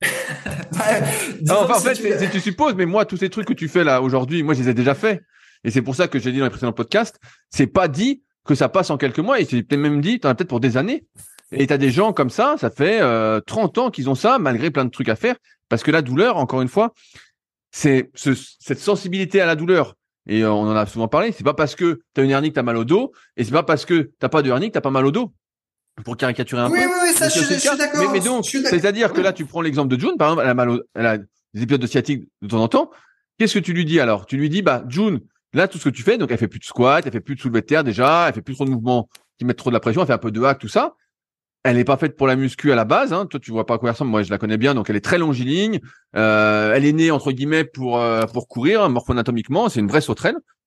En fait, tu supposes, mais moi, tous ces trucs que tu fais là aujourd'hui, moi, je les ai déjà faits. Et c'est pour ça que j'ai dit dans les précédents podcasts, c'est pas dit que ça passe en quelques mois, et c'est même dit, t'en as peut-être pour des années. Et t'as des gens comme ça fait 30 ans qu'ils ont ça, malgré plein de trucs à faire, parce que la douleur, encore une fois, c'est cette sensibilité à la douleur. Et on en a souvent parlé, c'est pas parce que t'as une hernie que t'as mal au dos, et c'est pas parce que t'as pas de hernie que t'as pas mal au dos. Pour caricaturer un peu. Oui, ça, je suis d'accord. Mais donc, c'est-à-dire que là, tu prends l'exemple de June, par exemple, elle a des épisodes de sciatique de temps en temps. Qu'est-ce que tu lui dis alors? Tu lui dis, June, là, tout ce que tu fais, donc elle fait plus de squat, elle fait plus de soulevé de terre déjà, elle fait plus trop de mouvements qui mettent trop de la pression, elle fait un peu de hack, tout ça. Elle n'est pas faite pour la muscu à la base, hein. Toi, tu vois pas à quoi elle ressemble. Moi, je la connais bien, donc elle est très longiligne. Elle est née, entre guillemets, pour courir, morpho-anatomiquement. C'est une vraie sauterelle.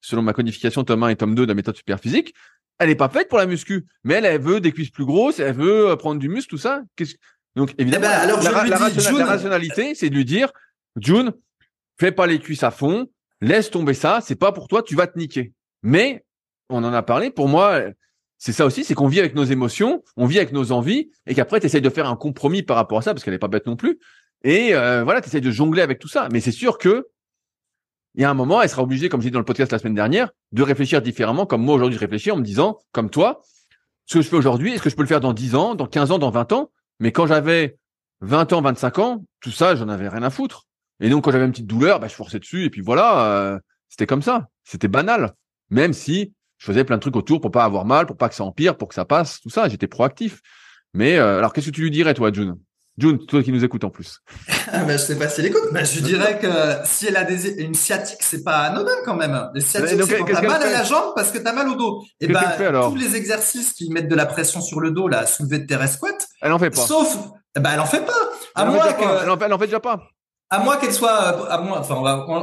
selon ma codification tome 1 et tome 2 de la méthode Superphysique, elle est pas faite pour la muscu. Mais elle veut des cuisses plus grosses, elle veut prendre du muscle, tout ça. Donc, évidemment, alors, la rationalité, c'est de lui dire, June, fais pas les cuisses à fond, laisse tomber ça, c'est pas pour toi, tu vas te niquer. Mais, on en a parlé, pour moi, c'est ça aussi, c'est qu'on vit avec nos émotions, on vit avec nos envies, et qu'après, tu essayes de faire un compromis par rapport à ça, parce qu'elle est pas bête non plus. Et voilà, tu essayes de jongler avec tout ça. Mais c'est sûr que il y a un moment, elle sera obligée, comme j'ai dit dans le podcast la semaine dernière, de réfléchir différemment, comme moi aujourd'hui je réfléchis en me disant, comme toi, ce que je fais aujourd'hui, est-ce que je peux le faire dans 10 ans, dans 15 ans, dans 20 ans? Mais quand j'avais 20 ans, 25 ans, tout ça, j'en avais rien à foutre. Et donc, quand j'avais une petite douleur, je forçais dessus, et puis voilà, c'était comme ça. C'était banal. Même si je faisais plein de trucs autour pour pas avoir mal, pour pas que ça empire, pour que ça passe, tout ça, j'étais proactif. Mais alors, qu'est-ce que tu lui dirais, toi, June? June, toi qui nous écoutes en plus. Je sais pas si elle écoute. Je dirais que si elle a une sciatique, c'est pas anodin quand même. Les sciatiques, c'est quand t'as mal à la jambe parce que t'as mal au dos. Et tous les exercices qui mettent de la pression sur le dos, là, soulever de terre squat. Elle en fait pas. Sauf, elle en fait pas. Elle en fait déjà pas. À moins qu'elle soit, enfin,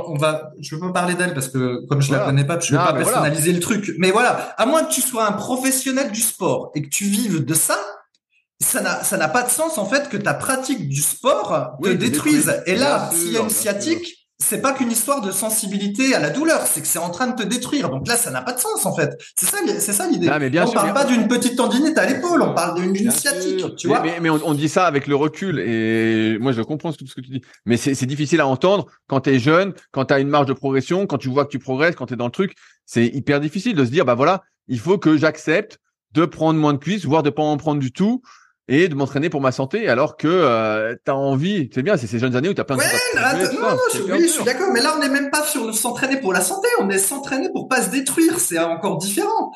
je peux pas parler d'elle parce que comme je la connais pas, je veux pas personnaliser le truc. Mais voilà, à moins que tu sois un professionnel du sport et que tu vives de ça, ça n'a pas de sens en fait que ta pratique du sport te détruise. Et là, s'il y a une sciatique, c'est pas qu'une histoire de sensibilité à la douleur, c'est que c'est en train de te détruire. Donc là, ça n'a pas de sens en fait. C'est ça l'idée. On parle pas d'une petite tendinite à l'épaule, on parle d'une sciatique, tu vois. Mais on dit ça avec le recul et moi je comprends tout ce que tu dis. Mais c'est difficile à entendre quand tu es jeune, quand tu as une marge de progression, quand tu vois que tu progresses, quand tu es dans le truc, c'est hyper difficile de se dire voilà, il faut que j'accepte de prendre moins de cuisses, voire de pas en prendre du tout. Et de m'entraîner pour ma santé, alors que tu as envie, c'est bien, c'est ces jeunes années où tu as plein de je suis d'accord, mais là on n'est même pas sur s'entraîner pour la santé, on est s'entraîner pour pas se détruire, c'est encore différent.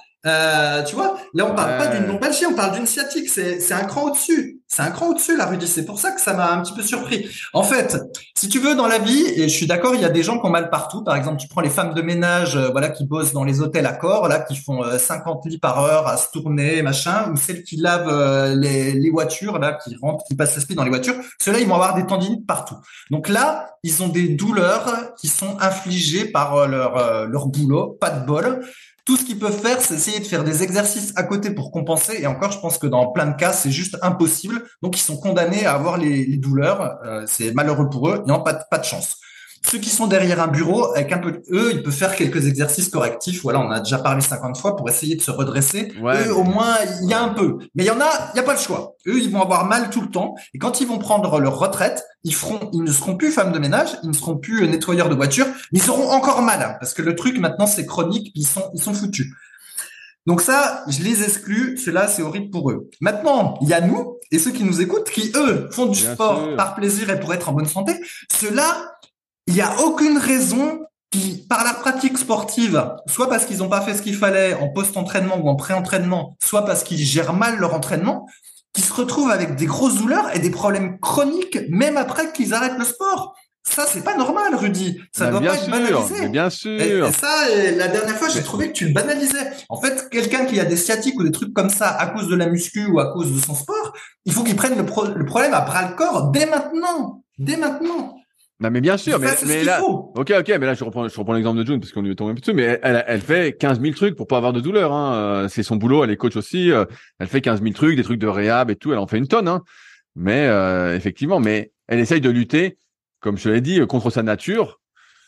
Tu vois, là on parle pas d'une lombalgie, on parle d'une sciatique, c'est un cran au-dessus. C'est un cran au-dessus la Rudy, c'est pour ça que ça m'a un petit peu surpris. En fait, si tu veux dans la vie, et je suis d'accord, il y a des gens qui ont mal partout, par exemple, tu prends les femmes de ménage qui bossent dans les hôtels à corps, là qui font 50 lits par heure à se tourner, machin, ou celles qui lavent les voitures là qui rentrent, qui passent l'esprit dans les voitures, ceux-là ils vont avoir des tendinites partout. Donc là, ils ont des douleurs qui sont infligées par leur boulot, pas de bol. Tout ce qu'ils peuvent faire, c'est essayer de faire des exercices à côté pour compenser. Et encore, je pense que dans plein de cas, c'est juste impossible. Donc, ils sont condamnés à avoir les douleurs. C'est malheureux pour eux. Ils n'ont pas de chance. Ceux qui sont derrière un bureau, avec un peu, eux, ils peuvent faire quelques exercices correctifs. Voilà, on a déjà parlé 50 fois pour essayer de se redresser. Eux, au moins, il y a un peu. Mais il y a pas le choix. Eux, ils vont avoir mal tout le temps. Et quand ils vont prendre leur retraite, ils ne seront plus femmes de ménage, ils ne seront plus nettoyeurs de voitures, mais ils auront encore mal. Hein, parce que le truc, maintenant, c'est chronique, ils sont foutus. Donc ça, je les exclus. Cela, c'est horrible pour eux. Maintenant, il y a nous et ceux qui nous écoutent qui, eux, font du sport par plaisir et pour être en bonne santé. Ceux-là, il n'y a aucune raison qui, par la pratique sportive, soit parce qu'ils n'ont pas fait ce qu'il fallait en post-entraînement ou en pré-entraînement, soit parce qu'ils gèrent mal leur entraînement, qui se retrouvent avec des grosses douleurs et des problèmes chroniques, même après qu'ils arrêtent le sport. Ça, c'est pas normal, Rudy. Ça doit pas être banalisé. Bien sûr. Et ça, la dernière fois, j'ai trouvé que tu le banalisais. En fait, quelqu'un qui a des sciatiques ou des trucs comme ça à cause de la muscu ou à cause de son sport, il faut qu'il prenne le problème à bras le corps dès maintenant. Dès maintenant. Non, mais bien sûr, mais là, ok, mais là, je reprends l'exemple de June parce qu'on lui est tombé un peu dessus, mais elle fait 15 000 trucs pour pas avoir de douleur, hein. C'est son boulot, elle est coach aussi, elle fait 15 000 trucs, des trucs de réhab et tout, elle en fait une tonne, hein. Mais, effectivement, mais elle essaye de lutter, comme je l'ai dit, contre sa nature.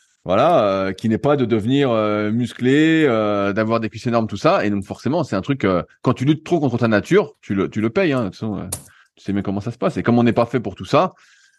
Voilà, qui n'est pas de devenir musclé, d'avoir des cuisses énormes, tout ça. Et donc, forcément, c'est un truc, quand tu luttes trop contre ta nature, tu le payes, hein. De toute façon, tu sais bien comment ça se passe. Et comme on n'est pas fait pour tout ça,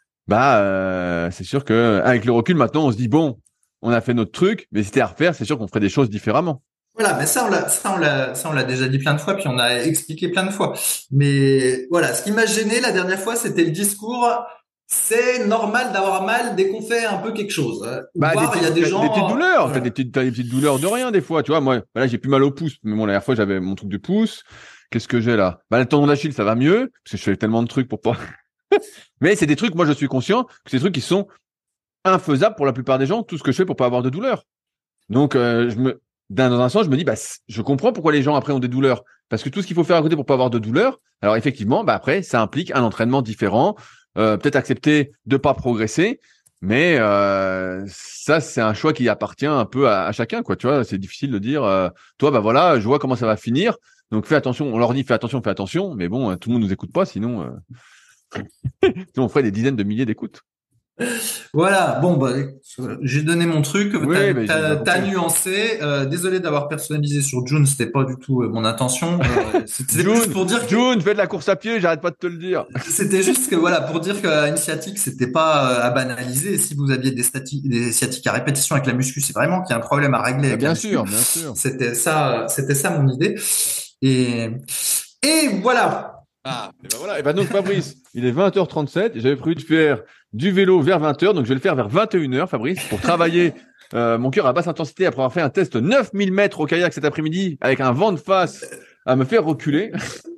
c'est sûr que avec le recul maintenant on se dit bon, on a fait notre truc, mais si c'était à refaire, c'est sûr qu'on ferait des choses différemment. Voilà, mais ça on l'a déjà dit plein de fois, puis on a expliqué plein de fois. Mais voilà, ce qui m'a gêné la dernière fois, c'était le discours. C'est normal d'avoir mal dès qu'on fait un peu quelque chose. Il y a des gens des petites douleurs, t'as des petites douleurs de rien des fois, tu vois. Moi, là j'ai plus mal au pouce, mais bon la dernière fois j'avais mon truc de pouce. Qu'est-ce que j'ai là? Le tendon d'Achille ça va mieux parce que je fais tellement de trucs pour pas. Mais c'est des trucs, moi je suis conscient que c'est des trucs qui sont infaisables pour la plupart des gens, tout ce que je fais pour pas avoir de douleur. Donc dans un sens, je me dis je comprends pourquoi les gens après ont des douleurs parce que tout ce qu'il faut faire à côté pour pas avoir de douleur, alors effectivement, après ça implique un entraînement différent, peut-être accepter de pas progresser, Mais ça, c'est un choix qui appartient un peu à chacun, quoi. Tu vois, c'est difficile de dire, toi, bah voilà, je vois comment ça va finir. Donc fais attention. On leur dit fais attention. Mais bon, tout le monde nous écoute pas, sinon, sinon on ferait des dizaines de milliers d'écoutes. Voilà, bon, bah, j'ai donné mon truc, Oui, mais j'ai bien t'as compris. nuancé. Désolé d'avoir personnalisé sur June, c'était pas du tout mon intention. C'était plus pour dire que June, fais de la course à pied. J'arrête pas de te le dire. c'était juste que voilà, pour dire qu'une sciatique, c'était pas à banaliser. Et si vous aviez des sciatiques à répétition avec la muscu, c'est vraiment qu'il y a un problème à régler Bah, avec la bien muscu. sûr, bien sûr. C'était ça mon idée. Et, et voilà. Ah, et ben voilà. Et ben donc Fabrice, il est 20h37. J'avais prévu de faire du vélo vers 20h, donc je vais le faire vers 21h, Fabrice, pour travailler mon cœur à basse intensité après avoir fait un test 9000 mètres au kayak cet après-midi avec un vent de face à me faire reculer.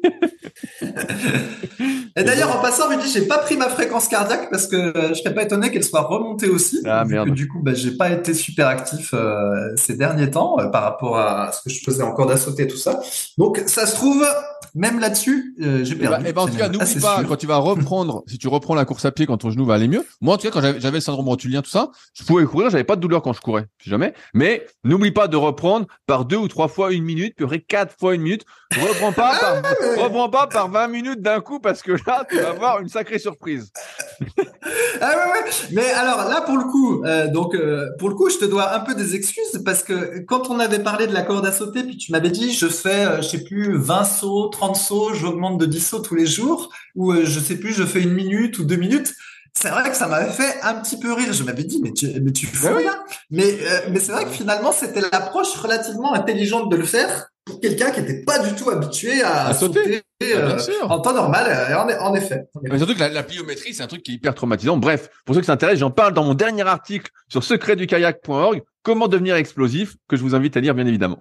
Et Et d'ailleurs, donc, en passant, Rudy, j'ai pas pris ma fréquence cardiaque parce que je serais pas étonné qu'elle soit remontée aussi, ah vu que merde. du coup, bah, j'ai pas été super actif ces derniers temps par rapport à ce que je faisais en corde à sauter et tout ça. Donc, ça se trouve, même là-dessus, j'ai perdu. En C'est tout cas, même n'oublie assez pas, quand sûr. tu vas reprendre, si tu reprends la course à pied quand ton genou va aller mieux. Moi, en tout cas, quand j'avais le syndrome rotulien, tout ça, je pouvais courir, j'avais pas de douleur quand je courais, si jamais. Mais n'oublie pas de reprendre par 2 ou 3 fois 1 minute, puis après 4 fois 1 minute. Reprends pas par 20 minutes d'un coup parce que là, tu vas avoir une sacrée surprise. Ah ouais, ouais. Mais alors là, pour le coup, pour le coup, je te dois un peu des excuses parce que quand on avait parlé de la corde à sauter, puis tu m'avais dit, je fais, je sais plus, 20 sauts, 30 sauts, j'augmente de 10 sauts tous les jours, ou je sais plus, je fais 1 minute ou 2 minutes. C'est vrai que ça m'avait fait un petit peu rire. Je m'avais dit, mais tu Ben fous oui. rien. Mais c'est vrai que finalement, c'était l'approche relativement intelligente de le faire pour quelqu'un qui n'était pas du tout habitué à À sauter. sauter Ah, bien sûr. en temps normal. En effet. Mais surtout que la pliométrie, c'est un truc qui est hyper traumatisant. Bref, pour ceux qui s'intéressent, j'en parle dans mon dernier article sur secretdukayak.org, comment devenir explosif, que je vous invite à lire, bien évidemment.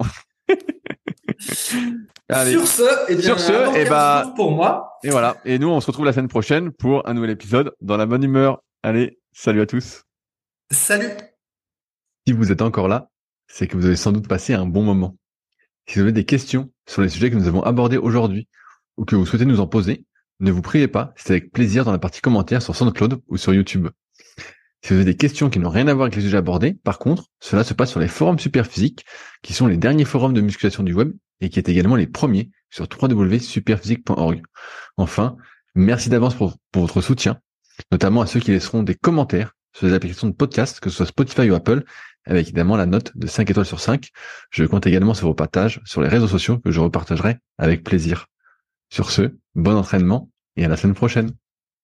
Allez. Sur ce, eh bien, Sur ce, dans et 15 jours pour moi. et voilà. Et nous, on se retrouve la semaine prochaine pour un nouvel épisode dans la bonne humeur. Allez, salut à tous. Salut. Si vous êtes encore là, c'est que vous avez sans doute passé un bon moment. Si vous avez des questions sur les sujets que nous avons abordés aujourd'hui ou que vous souhaitez nous en poser, ne vous priez pas, c'est avec plaisir dans la partie commentaires sur SoundCloud ou sur YouTube. Si vous avez des questions qui n'ont rien à voir avec les sujets abordés, par contre, cela se passe sur les forums Superphysique, qui sont les derniers forums de musculation du web et qui est également les premiers sur www.superphysique.org. Enfin, merci d'avance pour votre soutien, notamment à ceux qui laisseront des commentaires sur les applications de podcast, que ce soit Spotify ou Apple, avec évidemment la note de 5 étoiles sur 5. Je compte également sur vos partages sur les réseaux sociaux que je repartagerai avec plaisir. Sur ce, bon entraînement et à la semaine prochaine.